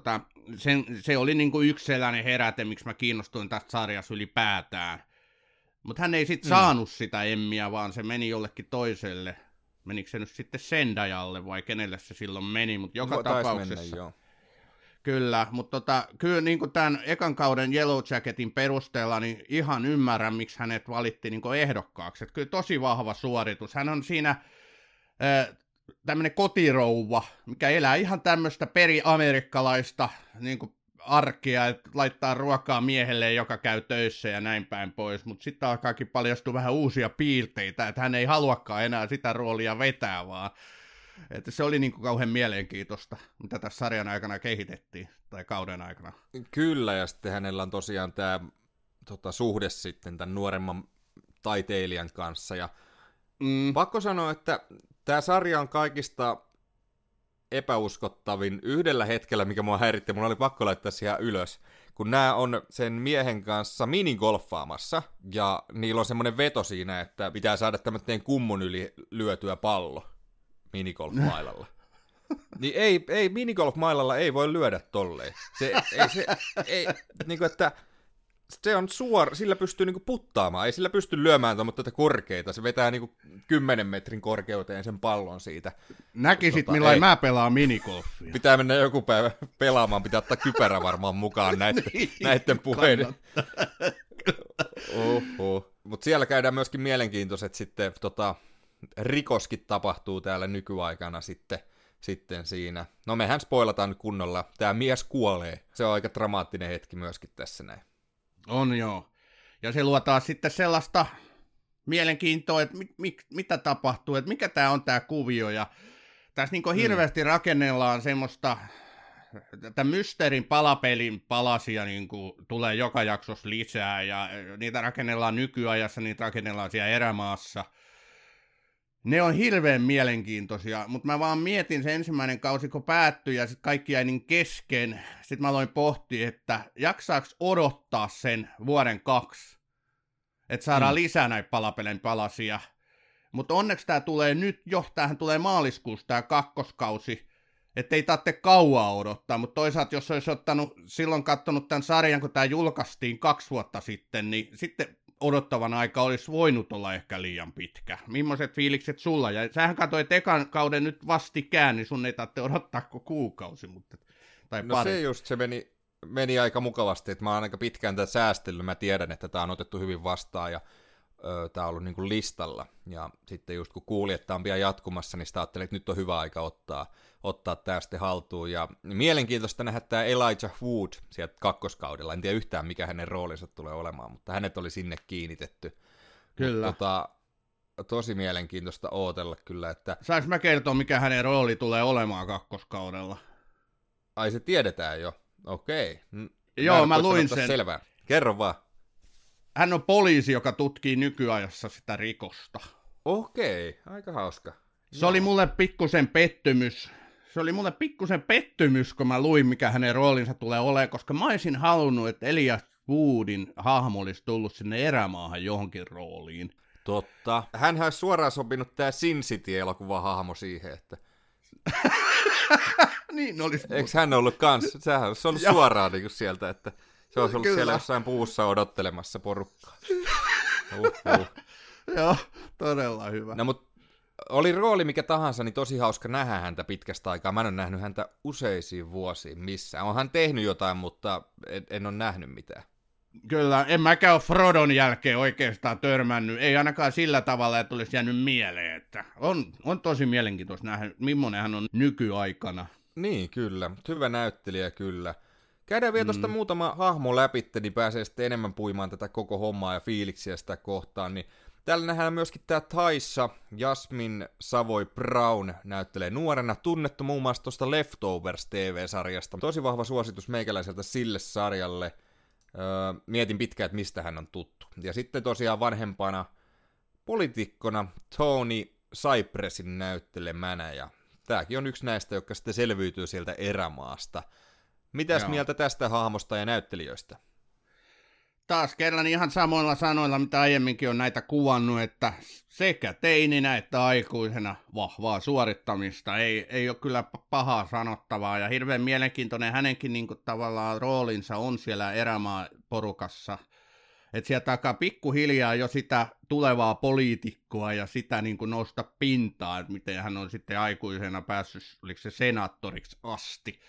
se oli niin kuin yksi sellainen heräte, miksi mä kiinnostuin tästä sarjassa ylipäätään. Mutta hän ei sitten saanut sitä Emmyä, vaan se meni jollekin toiselle. Menikö se nyt sitten Zendayalle vai kenelle se silloin meni, mutta joka tapauksessa. Mennä, joo. Kyllä, mutta kyllä niin kuin tämän ekan kauden Yellow Jacketin perusteella niin ihan ymmärrän, miksi hänet valittiin niin kuin ehdokkaaksi. Että kyllä tosi vahva suoritus. Hän on siinä tämmöinen kotirouva, mikä elää ihan tämmöistä periamerikkalaista niin kuin arkea, että laittaa ruokaa miehelle, joka käy töissä ja näin päin pois. Mutta sitten alkaakin paljastua vähän uusia piirteitä, että hän ei haluakaan enää sitä roolia vetää, vaan että se oli niin kuin kauhean mielenkiintoista, mitä tässä sarjan aikana kehitettiin, tai kauden aikana. Kyllä, ja sitten hänellä on tosiaan tämä suhde sitten tämän nuoremman taiteilijan kanssa, ja pakko sanoa, että tämä sarja on kaikista epäuskottavin yhdellä hetkellä, mikä mua häiritti, mulla oli pakko laittaa siihen ylös, kun nämä on sen miehen kanssa minigolfaamassa, ja niillä on semmoinen veto siinä, että pitää saada tämmöinen kummun yli lyötyä pallo. minigolf-mailalla. Niin ei minigolf-mailalla ei voi lyödä tolleen. Niinku että se on sillä pystyy niinku puttaamaan, ei sillä pysty lyömään tätä korkeita, se vetää niinku 10 metrin korkeuteen sen pallon siitä. Näkisit, millain mä pelaan minigolfia. Pitää mennä joku päivä pelaamaan, pitää ottaa kypärä varmaan mukaan näiden puheiden. Mutta siellä käydään myöskin mielenkiintoiset sitten, rikoskin tapahtuu täällä nykyaikana sitten siinä. No mehän spoilataan nyt kunnolla, tämä mies kuolee, se on aika dramaattinen hetki myöskin tässä näin. On joo. Ja se luo taas sitten sellaista mielenkiintoa, että mitä tapahtuu, että mikä tämä on tämä kuvio. Ja tässä niin hirveästi rakennellaan semmoista, että mysteerin palapelin palasia niin tulee joka jaksossa lisää, ja niitä rakennellaan nykyajassa, niitä rakennellaan siellä erämaassa. Ne on hirveän mielenkiintoisia, mutta mä vaan mietin se ensimmäinen kausi, kun päättyi ja sitten kaikki jäi niin kesken. Sitten mä aloin pohtia, että jaksaako odottaa sen vuoden 2, että saadaan lisää näitä palapelin palasia. Mutta onneksi tämä tulee nyt jo, tämähän tulee maaliskuussa tämä 2. kausi, että ei tarvitse kauaa odottaa. Mutta toisaalta jos olisi silloin katsonut tämän sarjan, kun tämä julkaistiin 2 vuotta sitten, niin sitten odottavan aika olisi voinut olla ehkä liian pitkä. Millaiset fiilikset sulla? Ja sähän katsoit ekan kauden nyt vastikään, niin sun ei tarvitse odottaa kuin kuukausi. Tai no pari. Se just, se meni aika mukavasti, että mä oon aika pitkään tätä säästellyt, mä tiedän, että tää on otettu hyvin vastaan ja tää on ollut niin kuin listalla. Ja sitten just kun kuulin, että tää on pian jatkumassa, niin sitä ajattelin, että nyt on hyvä aika ottaa tää sitten haltuun. Ja mielenkiintoista nähdä tää Elijah Wood sieltä 2. kaudella. En tiedä yhtään, mikä hänen roolinsa tulee olemaan, mutta hänet oli sinne kiinnitetty. Kyllä. Tosi mielenkiintoista ootella kyllä, että... Saanko mä kertoa, mikä hänen rooli tulee olemaan 2. kaudella? Ai se tiedetään jo, okei. Joo, mä luin sen. Selvää. Kerro vaan. Hän on poliisi, joka tutkii nykyajassa sitä rikosta. Okei, aika hauska. Se oli mulle pikkusen pettymys. Kun mä luin, mikä hänen roolinsa tulee olemaan, koska mä olisin halunnut, että Elijah Woodin hahmo olisi tullut sinne erämaahan johonkin rooliin. Totta. Hänhän olisi suoraan sopinut tää Sin City-elokuvan hahmo siihen, että... Niin olisi. Eikö hän ollut kans? Sehän olisi ollut suoraan niin kuin sieltä, että se olisi ollut siellä jossain puussa odottelemassa porukkaa. Joo, todella hyvä. No mut oli rooli mikä tahansa, niin tosi hauska nähdä häntä pitkästä aikaa. Mä en ole nähnyt häntä useisiin vuosiin missään. On hän tehnyt jotain, mutta en ole nähnyt mitään. Kyllä, en mäkään ole Frodon jälkeen oikeastaan törmännyt. Ei ainakaan sillä tavalla, että olisi jäänyt mieleen. Että on tosi mielenkiintoista nähdä, millainen hän on nykyaikana. Niin, kyllä. Hyvä näyttelijä, kyllä. Käydään vielä tuosta muutama hahmo läpi, niin pääsee sitten enemmän puimaan tätä koko hommaa ja fiiliksiä sitä kohtaan. Niin täällä nähdään myöskin tämä Taissa, Jasmine Savoy Brown näyttelee nuorena, tunnettu muun muassa tuosta Leftovers TV-sarjasta. Tosi vahva suositus meikäläiseltä sille sarjalle. Mietin pitkään, että mistä hän on tuttu. Ja sitten tosiaan vanhempana poliitikkona Tony Cypressin näyttelemänä, ja tämäkin on yksi näistä, jotka sitten selviytyy sieltä erämaasta. Mitäs mieltä tästä hahmosta ja näyttelijöistä? Taas kerran ihan samoilla sanoilla, mitä aiemminkin on näitä kuvannut, että sekä teininä että aikuisena vahvaa suorittamista. Ei ole kyllä pahaa sanottavaa, ja hirveän mielenkiintoinen hänenkin niin kuin, tavallaan roolinsa on siellä erämaaporukassa. Että sieltä alkaa pikkuhiljaa jo sitä tulevaa poliitikkoa ja sitä niin kuin nousta pintaan, että miten hän on sitten aikuisena päässyt, oliko se senaattoriksi asti.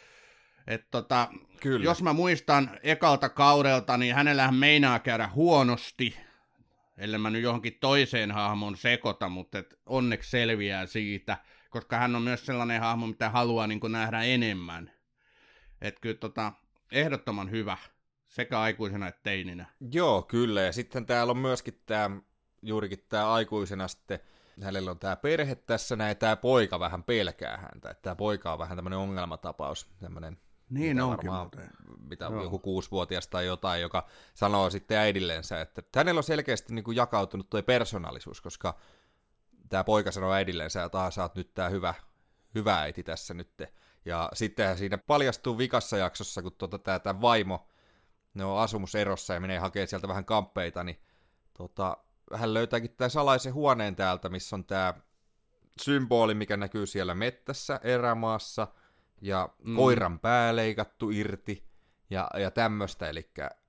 Jos mä muistan ekalta kaudelta, niin hänellähän meinaa käydä huonosti, ellei mä nyt johonkin toiseen hahmoon sekoita, mutta onneksi selviää siitä, koska hän on myös sellainen hahmo, mitä haluaa niin kuin nähdä enemmän. Että kyllä ehdottoman hyvä, sekä aikuisena että teininä. Joo, kyllä, ja sitten täällä on myöskin juurikin tämä aikuisena sitten, hänellä on tämä perhe tässä näin, tämä poika vähän pelkää häntä, että tämä poika on vähän tämmöinen ongelmatapaus, tämmöinen niin onkin varmaan, mitä joku 6-vuotias tai jotain, joka sanoo sitten äidillensä, että hänellä on selkeästi niin kuin jakautunut tuo persoonallisuus, koska tämä poika sanoo äidillensä, että sä oot nyt tämä hyvä äiti tässä nyt. Ja sittenhän siinä paljastuu vikassa jaksossa, kun tämä vaimo, ne on asumuserossa ja menee hakemaan sieltä vähän kamppeita, niin hän löytääkin tämän salaisen huoneen täältä, missä on tämä symboli, mikä näkyy siellä mettässä, erämaassa, ja koiran pää leikattu irti, ja tämmöistä, eli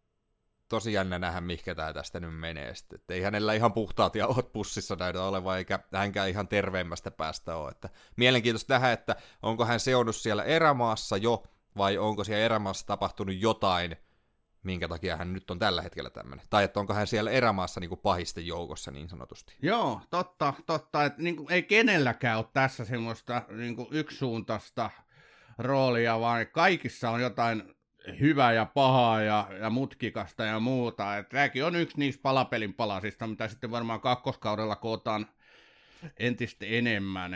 tosi jännä nähdä, mihinkä tää tästä nyt menee. Sitten, että ei hänellä ihan puhtaat jauhot pussissa näytä olevan, eikä hänkään ihan terveemmästä päästä ole. Että mielenkiintoista nähdä, että onko hän seonnut siellä erämaassa jo, vai onko siellä erämaassa tapahtunut jotain, minkä takia hän nyt on tällä hetkellä tämmöinen. Tai että onko hän siellä erämaassa niin kuin pahisten joukossa niin sanotusti. Joo, totta, että niin kuin, ei kenelläkään ole tässä semmoista niin kuin yksisuuntaista roolia, vaan kaikissa on jotain hyvää ja pahaa ja mutkikasta ja muuta. Et tämäkin on yksi niistä palapelin palasista, mitä sitten varmaan kakkoskaudella kootaan entistä enemmän.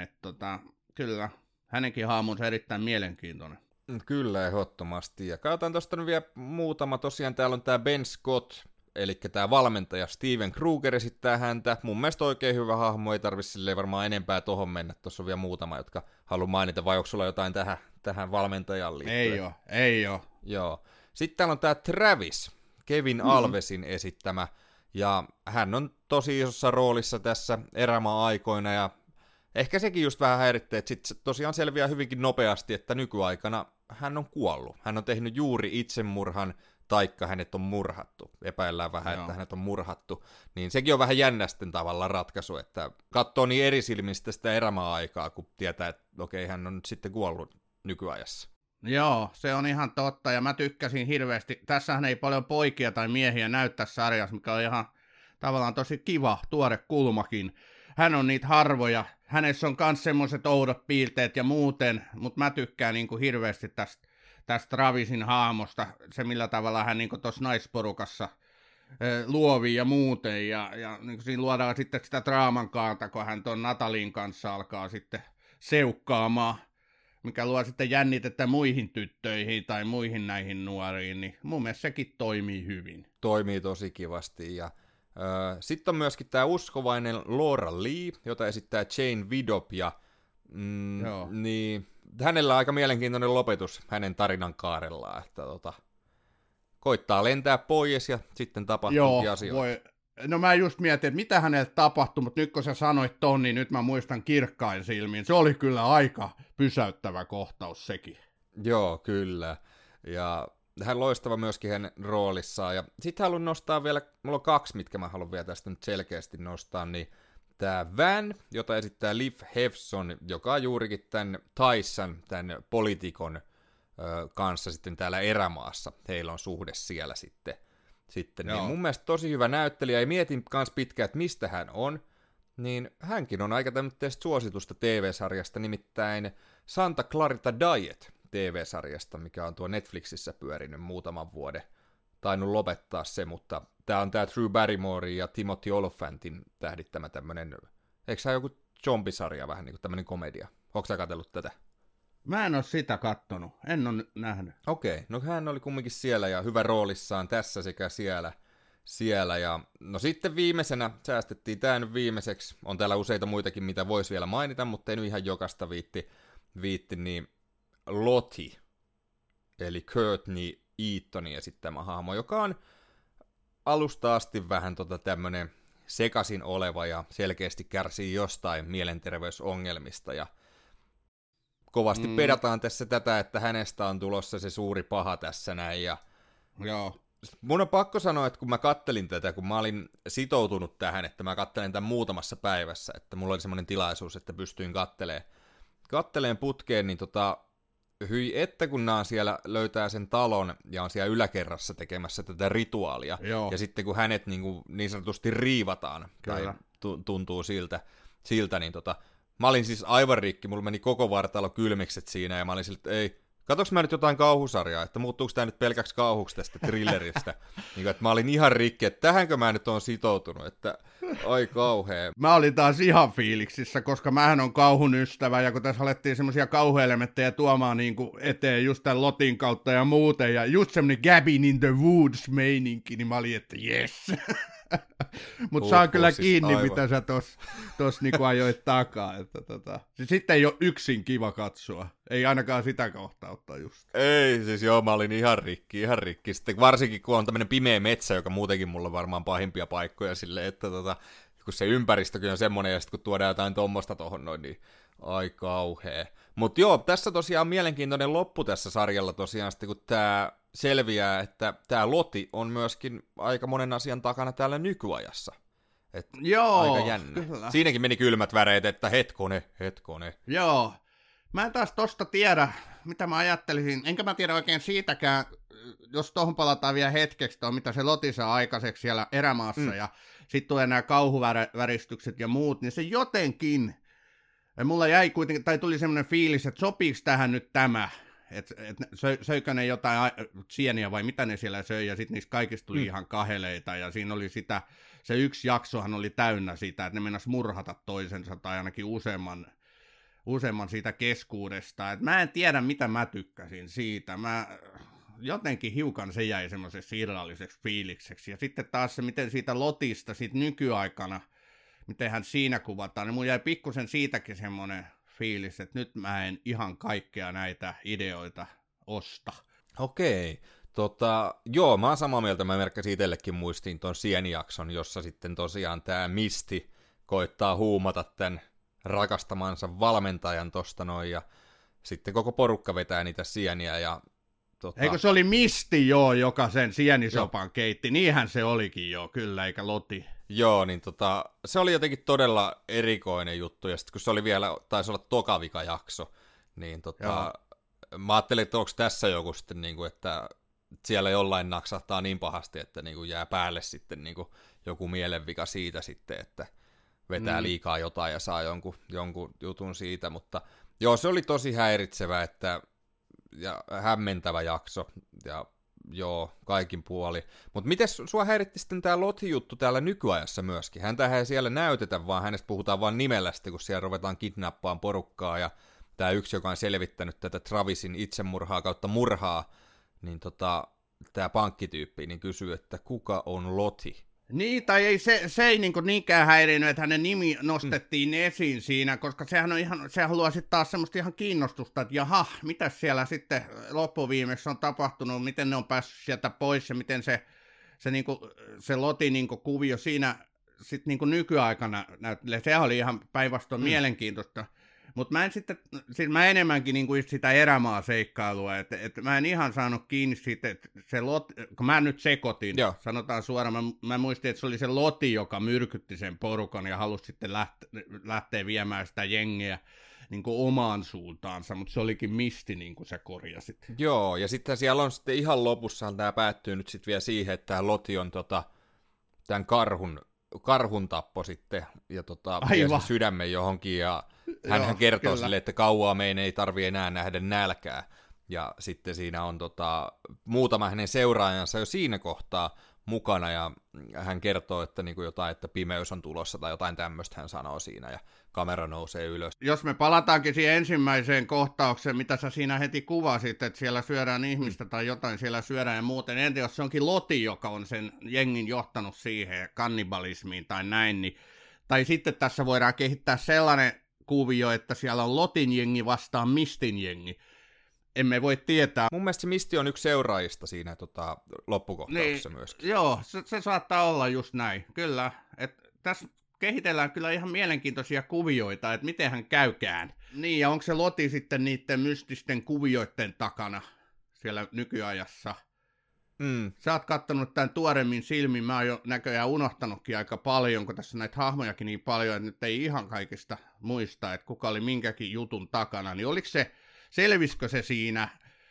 Kyllä, hänenkin haamunsa erittäin mielenkiintoinen. Kyllä, ehdottomasti. Ja katsotaan tuosta nyt vielä muutama. Tosiaan täällä on tämä Ben Scott, eli tämä valmentaja Steven Kruger esittää häntä. Mun mielestä oikein hyvä hahmo, ei tarvitse silleen varmaan enempää tohon mennä. Tuossa on vielä muutama, jotka haluan mainita, vai onko sulla jotain tähän valmentajan liittyen? Ei oo. Joo. Sitten täällä on tämä Travis, Kevin Alvesin esittämä, ja hän on tosi isossa roolissa tässä erämaa-aikoina, ja ehkä sekin just vähän häiritsee, että sitten tosiaan selviää hyvinkin nopeasti, että nykyaikana hän on kuollut. Hän on tehnyt juuri itsemurhan, taikka hänet on murhattu. Epäillään vähän, että hänet on murhattu. Niin sekin on vähän jännästen tavalla ratkaisu, että katsoo niin eri silmistä sitä erämaa-aikaa, kun tietää, että okei, hän on nyt sitten kuollut nykyajassa. Joo, se on ihan totta, ja mä tykkäsin hirveästi. Tässähän ei paljon poikia tai miehiä näyttää sarjassa, mikä on ihan tavallaan tosi kiva, tuore kulmakin. Hän on niitä harvoja. Hänessä on myös semmoiset oudot piirteet ja muuten, mutta mä tykkään niinku hirveästi tästä Travisin hahmosta, se millä tavalla hän niinku tuossa naisporukassa luovii ja muuten, ja niinku siinä luodaan sitten sitä draaman kaanta, kun hän tuon Natalin kanssa alkaa sitten seukkaamaan, mikä luo sitten jännitettä muihin tyttöihin tai muihin näihin nuoriin, niin mun mielestä sekin toimii hyvin. Toimii tosi kivasti, ja sitten on myöskin tämä uskovainen Laura Lee, jota esittää Jane Vidop, ja niin, hänellä on aika mielenkiintoinen lopetus hänen tarinan kaarellaan, että koittaa lentää pois ja sitten tapahtuukin asioita. No mä just mietin, että mitä hänelle tapahtui, mutta nyt kun sä sanoit ton, niin nyt mä muistan kirkkain silmiin. Se oli kyllä aika pysäyttävä kohtaus sekin. Joo, kyllä. Ja hän loistava myöskin hänen roolissaan. Ja sitten haluan nostaa vielä, mulla on 2, mitkä mä haluan vielä tästä nyt selkeästi nostaa, niin tämä Van, jota esittää Liv Hefson, joka on juurikin tämän Tyson, tämän poliitikon kanssa sitten täällä erämaassa. Heillä on suhde siellä sitten niin mun mielestä tosi hyvä näyttelijä, ja mietin kans pitkään, että mistä hän on, niin hänkin on aika tämmöistä suositusta TV-sarjasta, nimittäin Santa Clarita Diet TV-sarjasta, mikä on tuo Netflixissä pyörinyt muutaman vuoden. Tainnut lopettaa se, mutta tää on tää Drew Barrymore ja Timothy Olyphantin tähdittämä tämmönen, eikö sä joku zombisarja vähän niinku tämmönen komedia? Onko sä katsellut tätä? Mä en oo sitä kattonut, en oo nähnyt. Okei, no hän oli kumminkin siellä ja hyvä roolissaan tässä sekä siellä. Ja no sitten viimeisenä, säästettiin tää nyt viimeiseksi, on täällä useita muitakin, mitä voisi vielä mainita, mutta ei nyt ihan jokaista viitti niin Lottie, eli Courtney Eatonin esittämä hahmo, joka on alusta asti vähän tämmönen sekasin oleva ja selkeästi kärsii jostain mielenterveysongelmista ja kovasti pedataan tässä tätä, että hänestä on tulossa se suuri paha tässä näin. Ja joo. Mun on pakko sanoa, että kun mä kattelin tätä, kun mä olin sitoutunut tähän, että mä kattelen tämän muutamassa päivässä, että mulla oli semmoinen tilaisuus, että pystyin katteleen putkeen, niin hyi, että kun nämä siellä löytää sen talon ja on siellä yläkerrassa tekemässä tätä rituaalia, ja sitten kun hänet niin sanotusti riivataan, tai tuntuu siltä niin mä olin siis aivan rikki, mulla meni koko vartalo kylmikset siinä, ja mä olin sillä, että ei, katsoinko mä nyt jotain kauhusarjaa, että muuttuuko tää nyt pelkäksi kauhuksi tästä thrilleristä, niin että mä olin ihan rikki, että tähänkö mä nyt oon sitoutunut, että ai kauhea. Mä olin taas ihan fiiliksissä, koska mähän on kauhun ystävä, ja kun tässä alettiin semmosia kauhuelementtejä tuomaan eteen just tämän Lotin kautta ja muuten, ja just semmonen Cabin in the Woods -meininki, niin mä olin, että yes. Mutta saan kyllä kiinni, aivan. Mitä sä tos niinku ajoit takaa. Että sitten ei ole yksin kiva katsoa. Ei ainakaan sitä kohtaa ottaa just. Ei, siis joo, mä olin ihan rikki. Sitten varsinkin kun on tämmönen pimeä metsä, joka muutenkin mulla on varmaan pahimpia paikkoja silleen, että kun se ympäristökin on semmoinen, ja sitten kun tuodaan jotain tommoista tohon noin, niin ai kauhea. Mutta joo, tässä tosiaan mielenkiintoinen loppu tässä sarjalla tosiaan, sitten kun tämä selviää, että tämä Loti on myöskin aika monen asian takana täällä nykyajassa. Et Joo, aika jännä. Kyllä. Siinäkin meni kylmät väreet, että hetkone. Joo. Mä en taas tosta tiedä, mitä mä ajattelisin, enkä mä tiedä oikein siitäkään, jos tohon palataan vielä hetkeksi, mitä se Loti saa aikaiseksi siellä erämaassa, ja sitten tulee nämä kauhuväristykset ja muut, niin se jotenkin, ja mulla jäi kuitenkin, tai tuli semmoinen fiilis, että sopiiko tähän nyt tämä, että söikö ne jotain sieniä vai mitä ne siellä söi, ja sitten niistä kaikista tuli ihan kaheleita, ja siinä oli sitä, se yksi jaksohan oli täynnä sitä, että ne mennäs murhata toisensa, tai ainakin useamman siitä keskuudesta. Et mä en tiedä, mitä mä tykkäsin siitä. Mä jotenkin hiukan se jäi semmoiseksi irralliseksi fiilikseksi. Ja sitten taas se, miten siitä Lotista, siitä nykyaikana, miten hän siinä kuvataan, niin mun jäi pikkusen siitäkin semmoinen fiilis, että nyt mä en ihan kaikkea näitä ideoita osta. Okei. Joo, mä oon samaa mieltä, mä merkkäsin itsellekin muistiin ton sienijakson, jossa sitten tosiaan tää Misti koittaa huumata tän rakastamansa valmentajan tosta noin, ja sitten koko porukka vetää niitä sieniä, ja Eikö se oli Misti joo, joka sen sienisopan keitti, niinhän se olikin joo, kyllä, eikä Loti. Joo, niin se oli jotenkin todella erikoinen juttu, ja sitten kun se oli vielä, taisi olla tokavika jakso, niin mä ajattelin, että onko tässä joku sitten, niin kuin, että siellä jollain naksahtaa niin pahasti, että niin kuin jää päälle sitten niin kuin joku mielenvika siitä sitten, että vetää liikaa jotain ja saa jonkun jutun siitä, mutta joo, se oli tosi häiritsevä ja hämmentävä jakso, ja joo, kaikin puoli. Mutta miten sua häiritti sitten tämä Loti-juttu täällä nykyajassa myöskin? Häntähän ei siellä näytetä, vaan hänestä puhutaan vain nimellä sitten, kun siellä ruvetaan kidnappaan porukkaa, ja tämä yksi, joka on selvittänyt tätä Travisin itsemurhaa kautta murhaa, niin tämä pankkityyppi, niin kysyy, että kuka on Loti? Niin, tai ei, se ei niinkään häirinyt, että hänen nimi nostettiin esiin siinä, koska se haluaa sitten taas semmoista ihan kiinnostusta, että jaha, mitä siellä sitten loppuviimeksi on tapahtunut, miten ne on päässyt sieltä pois ja miten se Lotin kuvio siinä sitten nykyaikana näyttelee. Se oli ihan päinvastoin mielenkiintoista. Mutta mä enemmänkin sitä erämaaseikkailua, että mä en ihan saanut kiinni siitä, että se Loti, kun mä nyt sekoitin, sanotaan suoraan, mä muistin, että se oli se Loti, joka myrkytti sen porukan ja halusi sitten lähteä viemään sitä jengiä omaan suuntaansa, mutta se olikin Misti, niin kuin sä korjasit. Joo, ja sitten siellä on sitten ihan lopussa, tämä päättyy nyt sitten vielä siihen, että tämä Loti on tämän karhun tappo sitten, ja vie sen sydämen johonkin, ja hän kertoo sille, että kauaa meidän ei tarvitse enää nähdä nälkää, ja sitten siinä on muutama hänen seuraajansa jo siinä kohtaa mukana, ja hän kertoo, että jotain, että pimeys on tulossa, tai jotain tämmöistä hän sanoo siinä, ja kamera nousee ylös. Jos me palataankin siihen ensimmäiseen kohtaukseen, mitä sä siinä heti kuvasit, että siellä syödään ihmistä tai jotain siellä syödään ja muuten, entä jos se onkin Loti, joka on sen jengin johtanut siihen kannibalismiin tai näin, niin, tai sitten tässä voidaan kehittää sellainen kuvio, että siellä on Lotin jengi vastaan Mistin jengi. Emme voi tietää. Mun mielestä se Misti on yksi seuraajista siinä loppukohtauksessa niin, myöskin. Joo, se saattaa olla just näin, kyllä. Tässä kehitellään kyllä ihan mielenkiintoisia kuvioita, että miten hän käykään. Niin, ja onko se Loti sitten niiden mystisten kuvioiden takana siellä nykyajassa? Sä oot kattonut tämän tuoremmin silmin, mä oon jo näköjään unohtanutkin aika paljon, kun tässä on näitä hahmojakin niin paljon, että nyt ei ihan kaikista muista, että kuka oli minkäkin jutun takana, niin selvisikö se siinä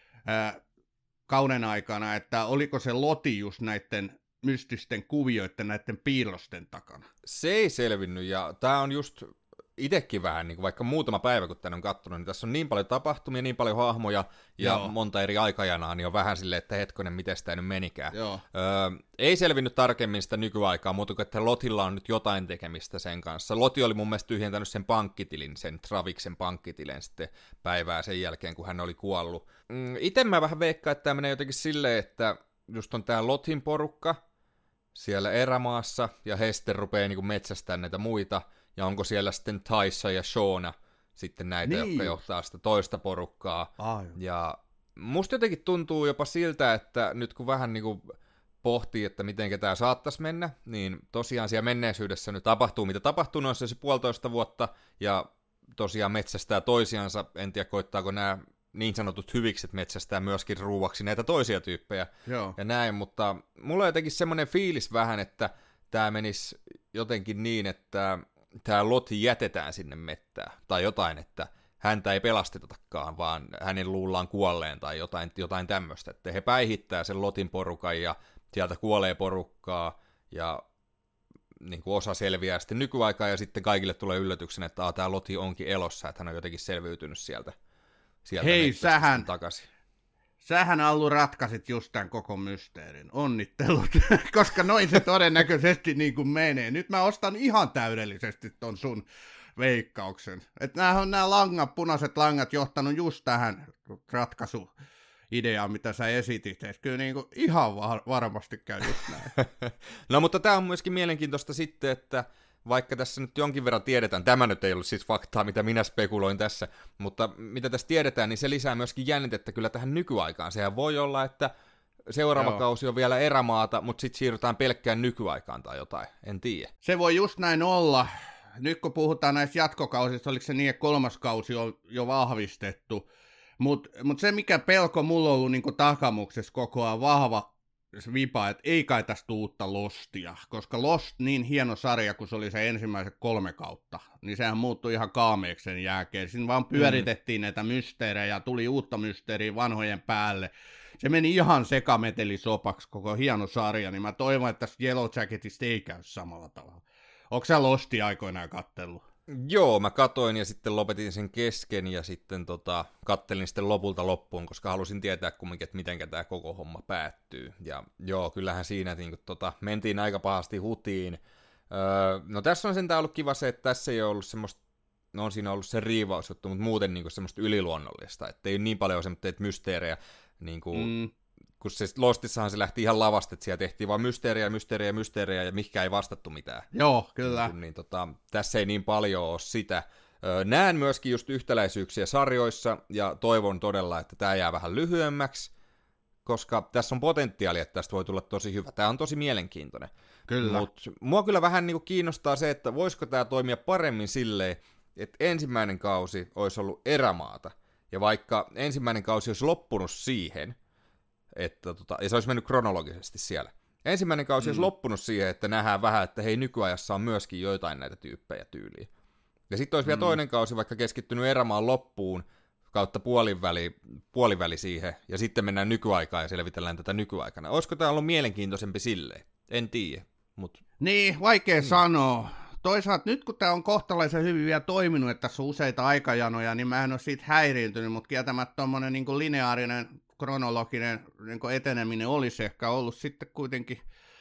kauden aikana, että oliko se Loti just näiden mystisten kuvioiden, näiden piirrosten takana? Se ei selvinnyt, ja tää on just itsekin vähän, niin vaikka muutama päivä kun tänne on kattonut, niin tässä on niin paljon tapahtumia, niin paljon hahmoja ja monta eri aikajanaa, niin on vähän silleen, että hetkonen, miten sitä nyt menikään. Ei selvinnyt tarkemmin sitä nykyaikaa, mutta että Lotilla on nyt jotain tekemistä sen kanssa. Loti oli mun mielestä tyhjentänyt sen pankkitilin, sen Traviksen pankkitilin sitten päivää sen jälkeen, kun hän oli kuollut. Itse mä vähän veikkaan, että tämä menee jotenkin silleen, että just on tää Lotin porukka siellä erämaassa, ja he sitten rupeaa niin metsästämään näitä muita, ja onko siellä sitten Taissa ja Shauna sitten näitä, jotka johtaa sitä toista porukkaa. Ja musta jotenkin tuntuu jopa siltä, että nyt kun vähän niin kuin pohtii, että miten tämä saattaisi mennä, niin tosiaan siellä menneisyydessä nyt tapahtuu, mitä tapahtuu, noissa se 1,5 vuotta, ja tosiaan metsästää toisiansa, en tiedä koittaako nämä niin sanotut hyvikset metsästää myöskin ruuaksi näitä toisia tyyppejä ja näin, mutta mulla on jotenkin semmoinen fiilis vähän, että tämä menisi jotenkin niin, että tämä Loti jätetään sinne mettään, tai jotain, että häntä ei pelastetakaan, vaan hänen luullaan kuolleen tai jotain tämmöistä, että he päihittää sen Lotin porukan ja sieltä kuolee porukkaa ja niin kuin osa selviää sitten nykyaikaan ja sitten kaikille tulee yllätyksenä, että tämä Loti onkin elossa, että hän on jotenkin selviytynyt sieltä hei, sähän Allu ratkaisit just tämän koko mysteerin. Onnittelut, koska noin se todennäköisesti niin kuin menee. Nyt mä ostan ihan täydellisesti ton sun veikkauksen. Että nämä langat, punaiset langat johtanut just tähän ratkaisuideaan, mitä sä esitit. Että kyllä niin kuin ihan varmasti käy just näin. No mutta tämä on myöskin mielenkiintoista sitten, että vaikka tässä nyt jonkin verran tiedetään, tämä nyt ei ollut siis faktaa, mitä minä spekuloin tässä, mutta mitä tässä tiedetään, niin se lisää myöskin jännitettä kyllä tähän nykyaikaan. Sehän voi olla, että seuraava kausi on vielä erämaata, mutta sitten siirrytään pelkkään nykyaikaan tai jotain, en tiedä. Se voi just näin olla. Nyt kun puhutaan näistä jatkokausista, oliko se niin, että 3. kausi on jo vahvistettu, mutta se mikä pelko mulla on ollut niin kuin takamuksessa koko ajan vahva vipa, että ei kai tästä uutta Lostia, koska Lost niin hieno sarja, kun se oli se ensimmäiset 3 kautta, niin sehän muuttui ihan kaameeksi sen jälkeen. Siinä vaan pyöritettiin näitä mysteerejä, tuli uutta mysteeriä vanhojen päälle. Se meni ihan sekametelisopaksi koko hieno sarja, niin mä toivon, että tässä Yellow Jacketista ei käy samalla tavalla. Onko sä Lostia aikoinaan kattellut? Joo, mä katoin ja sitten lopetin sen kesken ja sitten kattelin sitten lopulta loppuun, koska halusin tietää kumminkin, että miten tämä koko homma päättyy. Ja joo, kyllähän siinä niin mentiin aika pahasti hutiin. No tässä on sentään ollut kiva se, että tässä ei ole ollut semmoista, no on siinä ollut se riivausjuttu, mutta muuten niin semmoista yliluonnollista, että ei niin paljon semmoista mysteerejä, niin kuin, kun se Lostissahan se lähti ihan lavasta, että siellä tehtiin vaan mysteerejä ja mihinkä ei vastattu mitään. Joo, kyllä. Tässä ei niin paljon ole sitä. Näen myöskin just yhtäläisyyksiä sarjoissa ja toivon todella, että tämä jää vähän lyhyemmäksi, koska tässä on potentiaalia, että tästä voi tulla tosi hyvä. Tämä on tosi mielenkiintoinen. Kyllä. Mutta mua kyllä vähän niin kuin kiinnostaa se, että voisiko tämä toimia paremmin silleen, että ensimmäinen kausi olisi ollut erämaata, ja vaikka ensimmäinen kausi olisi loppunut siihen, että ja se olisi mennyt kronologisesti siellä. Ensimmäinen kausi olisi loppunut siihen, että nähdään vähän, että hei, nykyajassa on myöskin joitain näitä tyyppejä tyyliä. Ja sitten olisi vielä toinen kausi vaikka keskittynyt erämaan loppuun, kautta puoliväli siihen, ja sitten mennään nykyaikaan ja selvitellään tätä nykyaikana. Olisiko tämä ollut mielenkiintoisempi silleen? En tiedä. Niin, vaikea sanoa. Toisaalta nyt kun tämä on kohtalaisen hyvin vielä toiminut, että tässä on useita aikajanoja, niin mä en ole siitä häiriintynyt, mutta kieltämättä tuommoinen niin lineaarinen, kronologinen niin eteneminen olisi ehkä ollut sitten kuitenkin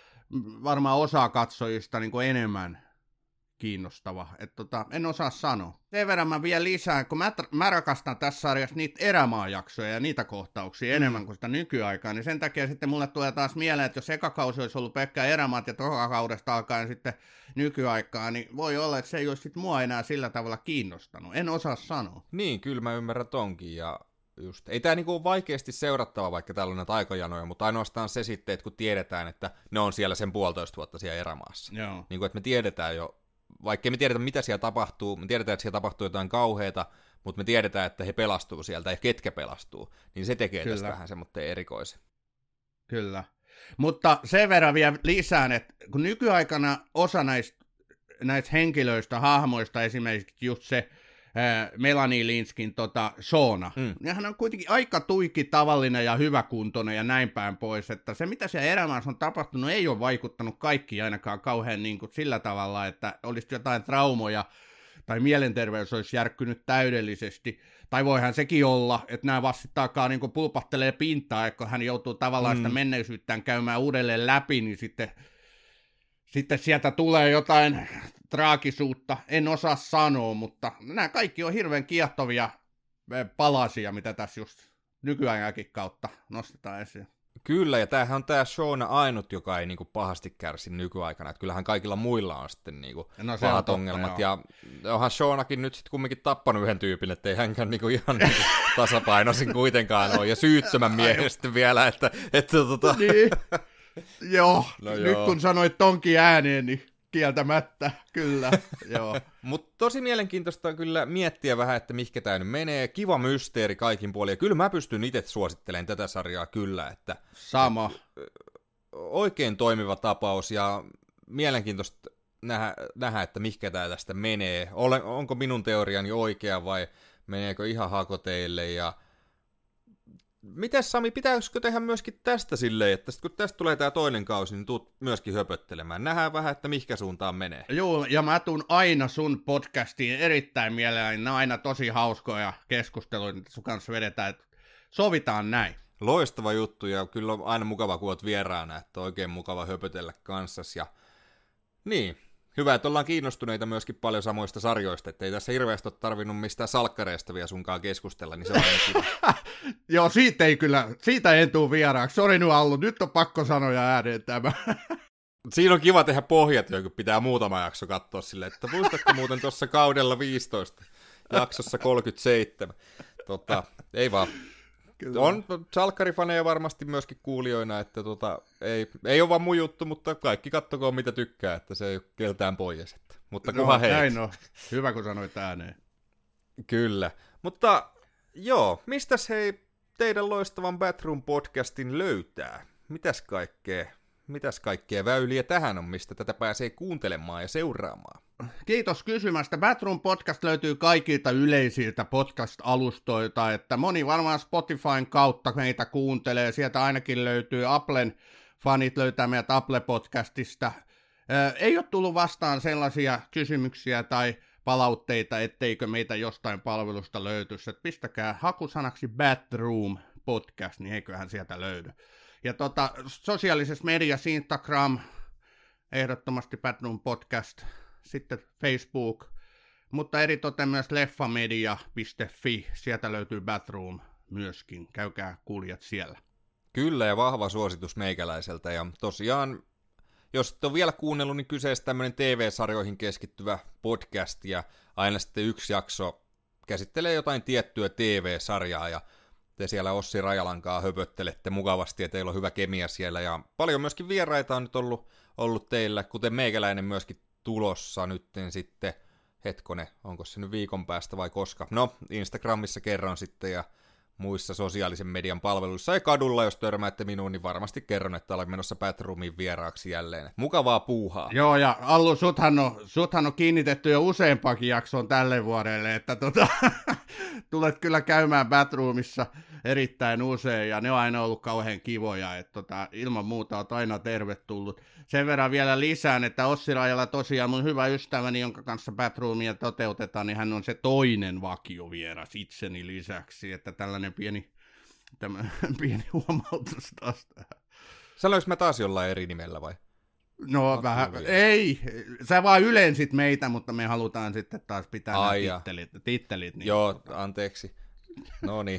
varmaan osaa katsojista niin enemmän kiinnostava. En osaa sanoa. Sen verran mä vielä lisään, kun mä rakastan tässä sarjassa niitä erämaajaksoja ja niitä kohtauksia enemmän kuin sitä nykyaikaa, niin sen takia sitten mulle tulee taas mieleen, että jos eka kausi olisi ollut pelkkä erämaat ja toka kaudesta alkaen sitten nykyaikaa, niin voi olla, että se ei olisi sitten mua enää sillä tavalla kiinnostanut. En osaa sanoa. Niin, kyllä mä ymmärrän tonkin ja just. Ei tää niinku vaikeasti seurattava, vaikka täällä on näitä aikajanoja, mutta ainoastaan se sitten, että kun tiedetään, että ne on siellä sen 1,5 vuotta siellä erämaassa. Joo. Niin kuin, että me tiedetään jo, vaikka me tiedetä, mitä siellä tapahtuu, me tiedetään, että siellä tapahtuu jotain kauheata, mutta me tiedetään, että he pelastuu sieltä ja ketkä pelastuu, niin se tekee tästä vähän semmoinen erikoisen. Kyllä. Mutta sen verran vielä lisään, että kun nykyaikana osa näistä henkilöistä, hahmoista, esimerkiksi just se Melanie Lynskin Shauna, niin hän on kuitenkin aika tuikki, tavallinen ja hyväkuntoinen ja näin päin pois, että se mitä siellä elämässä on tapahtunut ei ole vaikuttanut kaikki ainakaan kauhean niin kuin sillä tavalla, että olisi jotain traumoja tai mielenterveys olisi järkkynyt täydellisesti, tai voihan sekin olla, että nämä vastittaakaan niin kuin pulpahtelee pintaa, että kun hän joutuu tavallaan sitä menneisyyttään käymään uudelleen läpi, niin sitten sieltä tulee jotain traagisuutta, en osaa sanoa, mutta nämä kaikki on hirveän kiehtovia palasia, mitä tässä just nykyajankin kautta nostetaan esiin. Kyllä, ja tämähän on tämä Shauna ainut, joka ei niinku pahasti kärsi nykyaikana, että kyllähän kaikilla muilla on sitten niinku pahat ongelmat, ja onhan Shaunakin nyt sitten kumminkin tappanut yhden tyypin, ettei hänkään niinku ihan niinku tasapainoisin kuitenkaan ole, ja syyttömän miehen sitten vielä, että Niin. Joo, No nyt joo. kun sanoit tonkin ääneen, niin kieltämättä, kyllä, joo. Mutta tosi mielenkiintoista on kyllä miettiä vähän, että mihinkä tämä nyt menee. Kiva mysteeri kaikin puolin. Ja kyllä mä pystyn itse suosittelemaan tätä sarjaa kyllä, että Sama. oikein toimiva tapaus ja mielenkiintoista nähdä että mihinkä tämä tästä menee. Onko minun teoriani oikea vai meneekö ihan hakoteille ja mites Sami, pitäisikö tehdä myöskin tästä silleen, että kun tästä tulee tämä toinen kausi, niin tuut myöskin höpöttelemään. Nähdään vähän, että mihinkä suuntaan menee. Joo, ja mä tuun aina sun podcastiin erittäin mielelläni. Ne on aina tosi hauskoja keskusteluja, mitä sun kanssa vedetään, että sovitaan näin. Loistava juttu ja kyllä on aina mukava, kun oot vieraana, että on oikein mukava höpötellä kanssas. Ja niin, hyvä, että ollaan kiinnostuneita myöskin paljon samoista sarjoista, ettei tässä hirveästi ole tarvinnut mistään salkkareista vielä sunkaan keskustella, niin se on aina kiva. Joo, siitä en tuu vieraaksi. Sori nyt Allu, nyt on pakko sanoa ääneen tämä. Siinä on kiva tehdä pohjatyö, kun pitää muutama jakso katsoa silleen, että muistatko muuten tuossa kaudella 15, jaksossa 37. Ei vaan. Kyllä. On salkkarifaneja varmasti myöskin kuulijoina, että ei ole vaan mun juttu, mutta kaikki kattokoon mitä tykkää, että se ei ole keltään pois. Mutta kunhan heitä. Näin on. Hyvä, kun sanoit ääneen. Kyllä. Mutta joo, mistäs hei teidän loistavan Batroom-podcastin löytää? Mitäs kaikkea väyliä tähän on, mistä tätä pääsee kuuntelemaan ja seuraamaan? Kiitos kysymästä. Batroom Podcast löytyy kaikilta yleisiltä podcast-alustoilta, että moni varmaan Spotifyn kautta meitä kuuntelee. Sieltä ainakin löytyy Applen fanit löytää meidät Apple-podcastista. Ei ole tullut vastaan sellaisia kysymyksiä tai palautteita, etteikö meitä jostain palvelusta löytyisi. Et pistäkää hakusanaksi Batroom Podcast, niin eiköhän sieltä löydy. Ja sosiaalisessa mediassa Instagram, ehdottomasti Batroom Podcast, sitten Facebook, mutta eritoten myös leffamedia.fi, sieltä löytyy Batroom myöskin, käykää kuulijat siellä. Kyllä ja vahva suositus meikäläiseltä ja tosiaan, jos et ole vielä kuunnellut, niin kyseessä tämmöinen TV-sarjoihin keskittyvä podcast ja aina sitten yksi jakso käsittelee jotain tiettyä TV-sarjaa ja te siellä Ossi Rajalankaa höpöttelette mukavasti ja teillä on hyvä kemia siellä ja paljon myöskin vieraita on nyt ollut teillä, kuten meikäläinen myöskin tulossa nytten sitten, onko se nyt viikon päästä vai koska? No, Instagramissa kerron sitten ja muissa sosiaalisen median palveluissa ja kadulla, jos törmäätte minuun, niin varmasti kerron, että olen menossa Batroomiin vieraaksi jälleen. Mukavaa puuhaa. Joo, ja Allu, suthan on kiinnitetty jo useampakin jaksoon tälle vuodelle, että tulet kyllä käymään Batroomissa erittäin usein, ja ne on aina ollut kauhean kivoja, että ilman muuta olet aina tervetullut. Sen verran vielä lisään, että Ossi Rajala tosiaan mun hyvä ystäväni, jonka kanssa Batroomia toteutetaan, niin hän on se toinen vakiovieras itseni lisäksi, että tällainen pieni huomautus taas tähän. Sanoinko mä taas jollain eri nimellä vai? No vähän, ei, sä vaan ylensit meitä, mutta me halutaan sitten taas pitää nämä tittelit. Niin joo, anteeksi. No niin,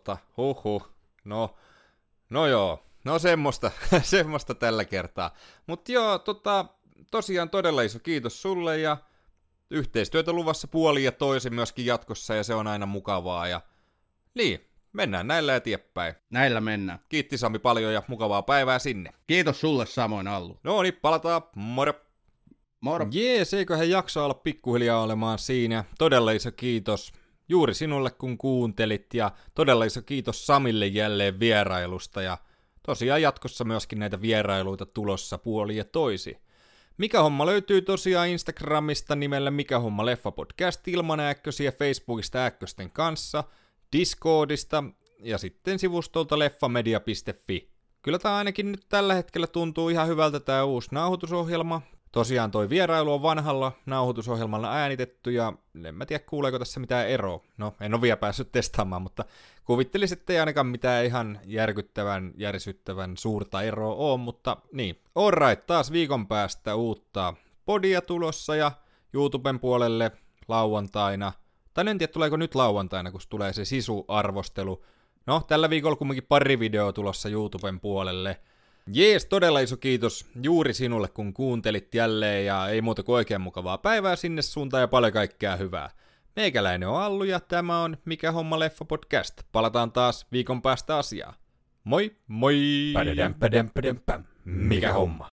no joo, no semmoista tällä kertaa. Mutta joo, tosiaan todella iso kiitos sulle ja yhteistyötä luvassa puolin ja toisin myöskin jatkossa ja se on aina mukavaa ja niin, mennään näillä eteenpäin. Näillä mennään. Kiitti Sami paljon ja mukavaa päivää sinne. Kiitos sulle samoin Allu. No niin, palataan, moro. Moro. Jees, eiköhän jakso olla pikkuhiljaa olemaan siinä. Todella iso kiitos juuri sinulle kun kuuntelit ja todella iso kiitos Samille jälleen vierailusta ja tosiaan jatkossa myöskin näitä vierailuita tulossa puoli ja toisi. Mikä homma löytyy tosiaan Instagramista nimellä Mikä homma leffa podcast ilman ääkkösiä, Facebookista ääkkösten kanssa, Discordista ja sitten sivustolta leffamedia.fi. Kyllä tää ainakin nyt tällä hetkellä tuntuu ihan hyvältä tää uusi nauhoitusohjelma. Tosiaan toi vierailu on vanhalla nauhoitusohjelmalla äänitetty ja en mä tiedä kuuleeko tässä mitään eroa. No en ole vielä päässyt testaamaan, mutta kuvittelisin, että ei ainakaan mitään ihan järisyttävän suurta eroa ole, mutta niin. Alright, taas viikon päästä uutta podia tulossa ja YouTuben puolelle lauantaina. Tai en tiedä tuleeko nyt lauantaina, kun tulee se sisu-arvostelu. No tällä viikolla kumminkin pari videoa tulossa YouTuben puolelle. Jees, todella iso kiitos juuri sinulle, kun kuuntelit jälleen ja ei muuta kuin oikein mukavaa päivää sinne suuntaan ja paljon kaikkea hyvää. Meikäläinen on Allu ja tämä on Mikä homma leffa podcast. Palataan taas viikon päästä asiaan. Moi moi! Mikä homma?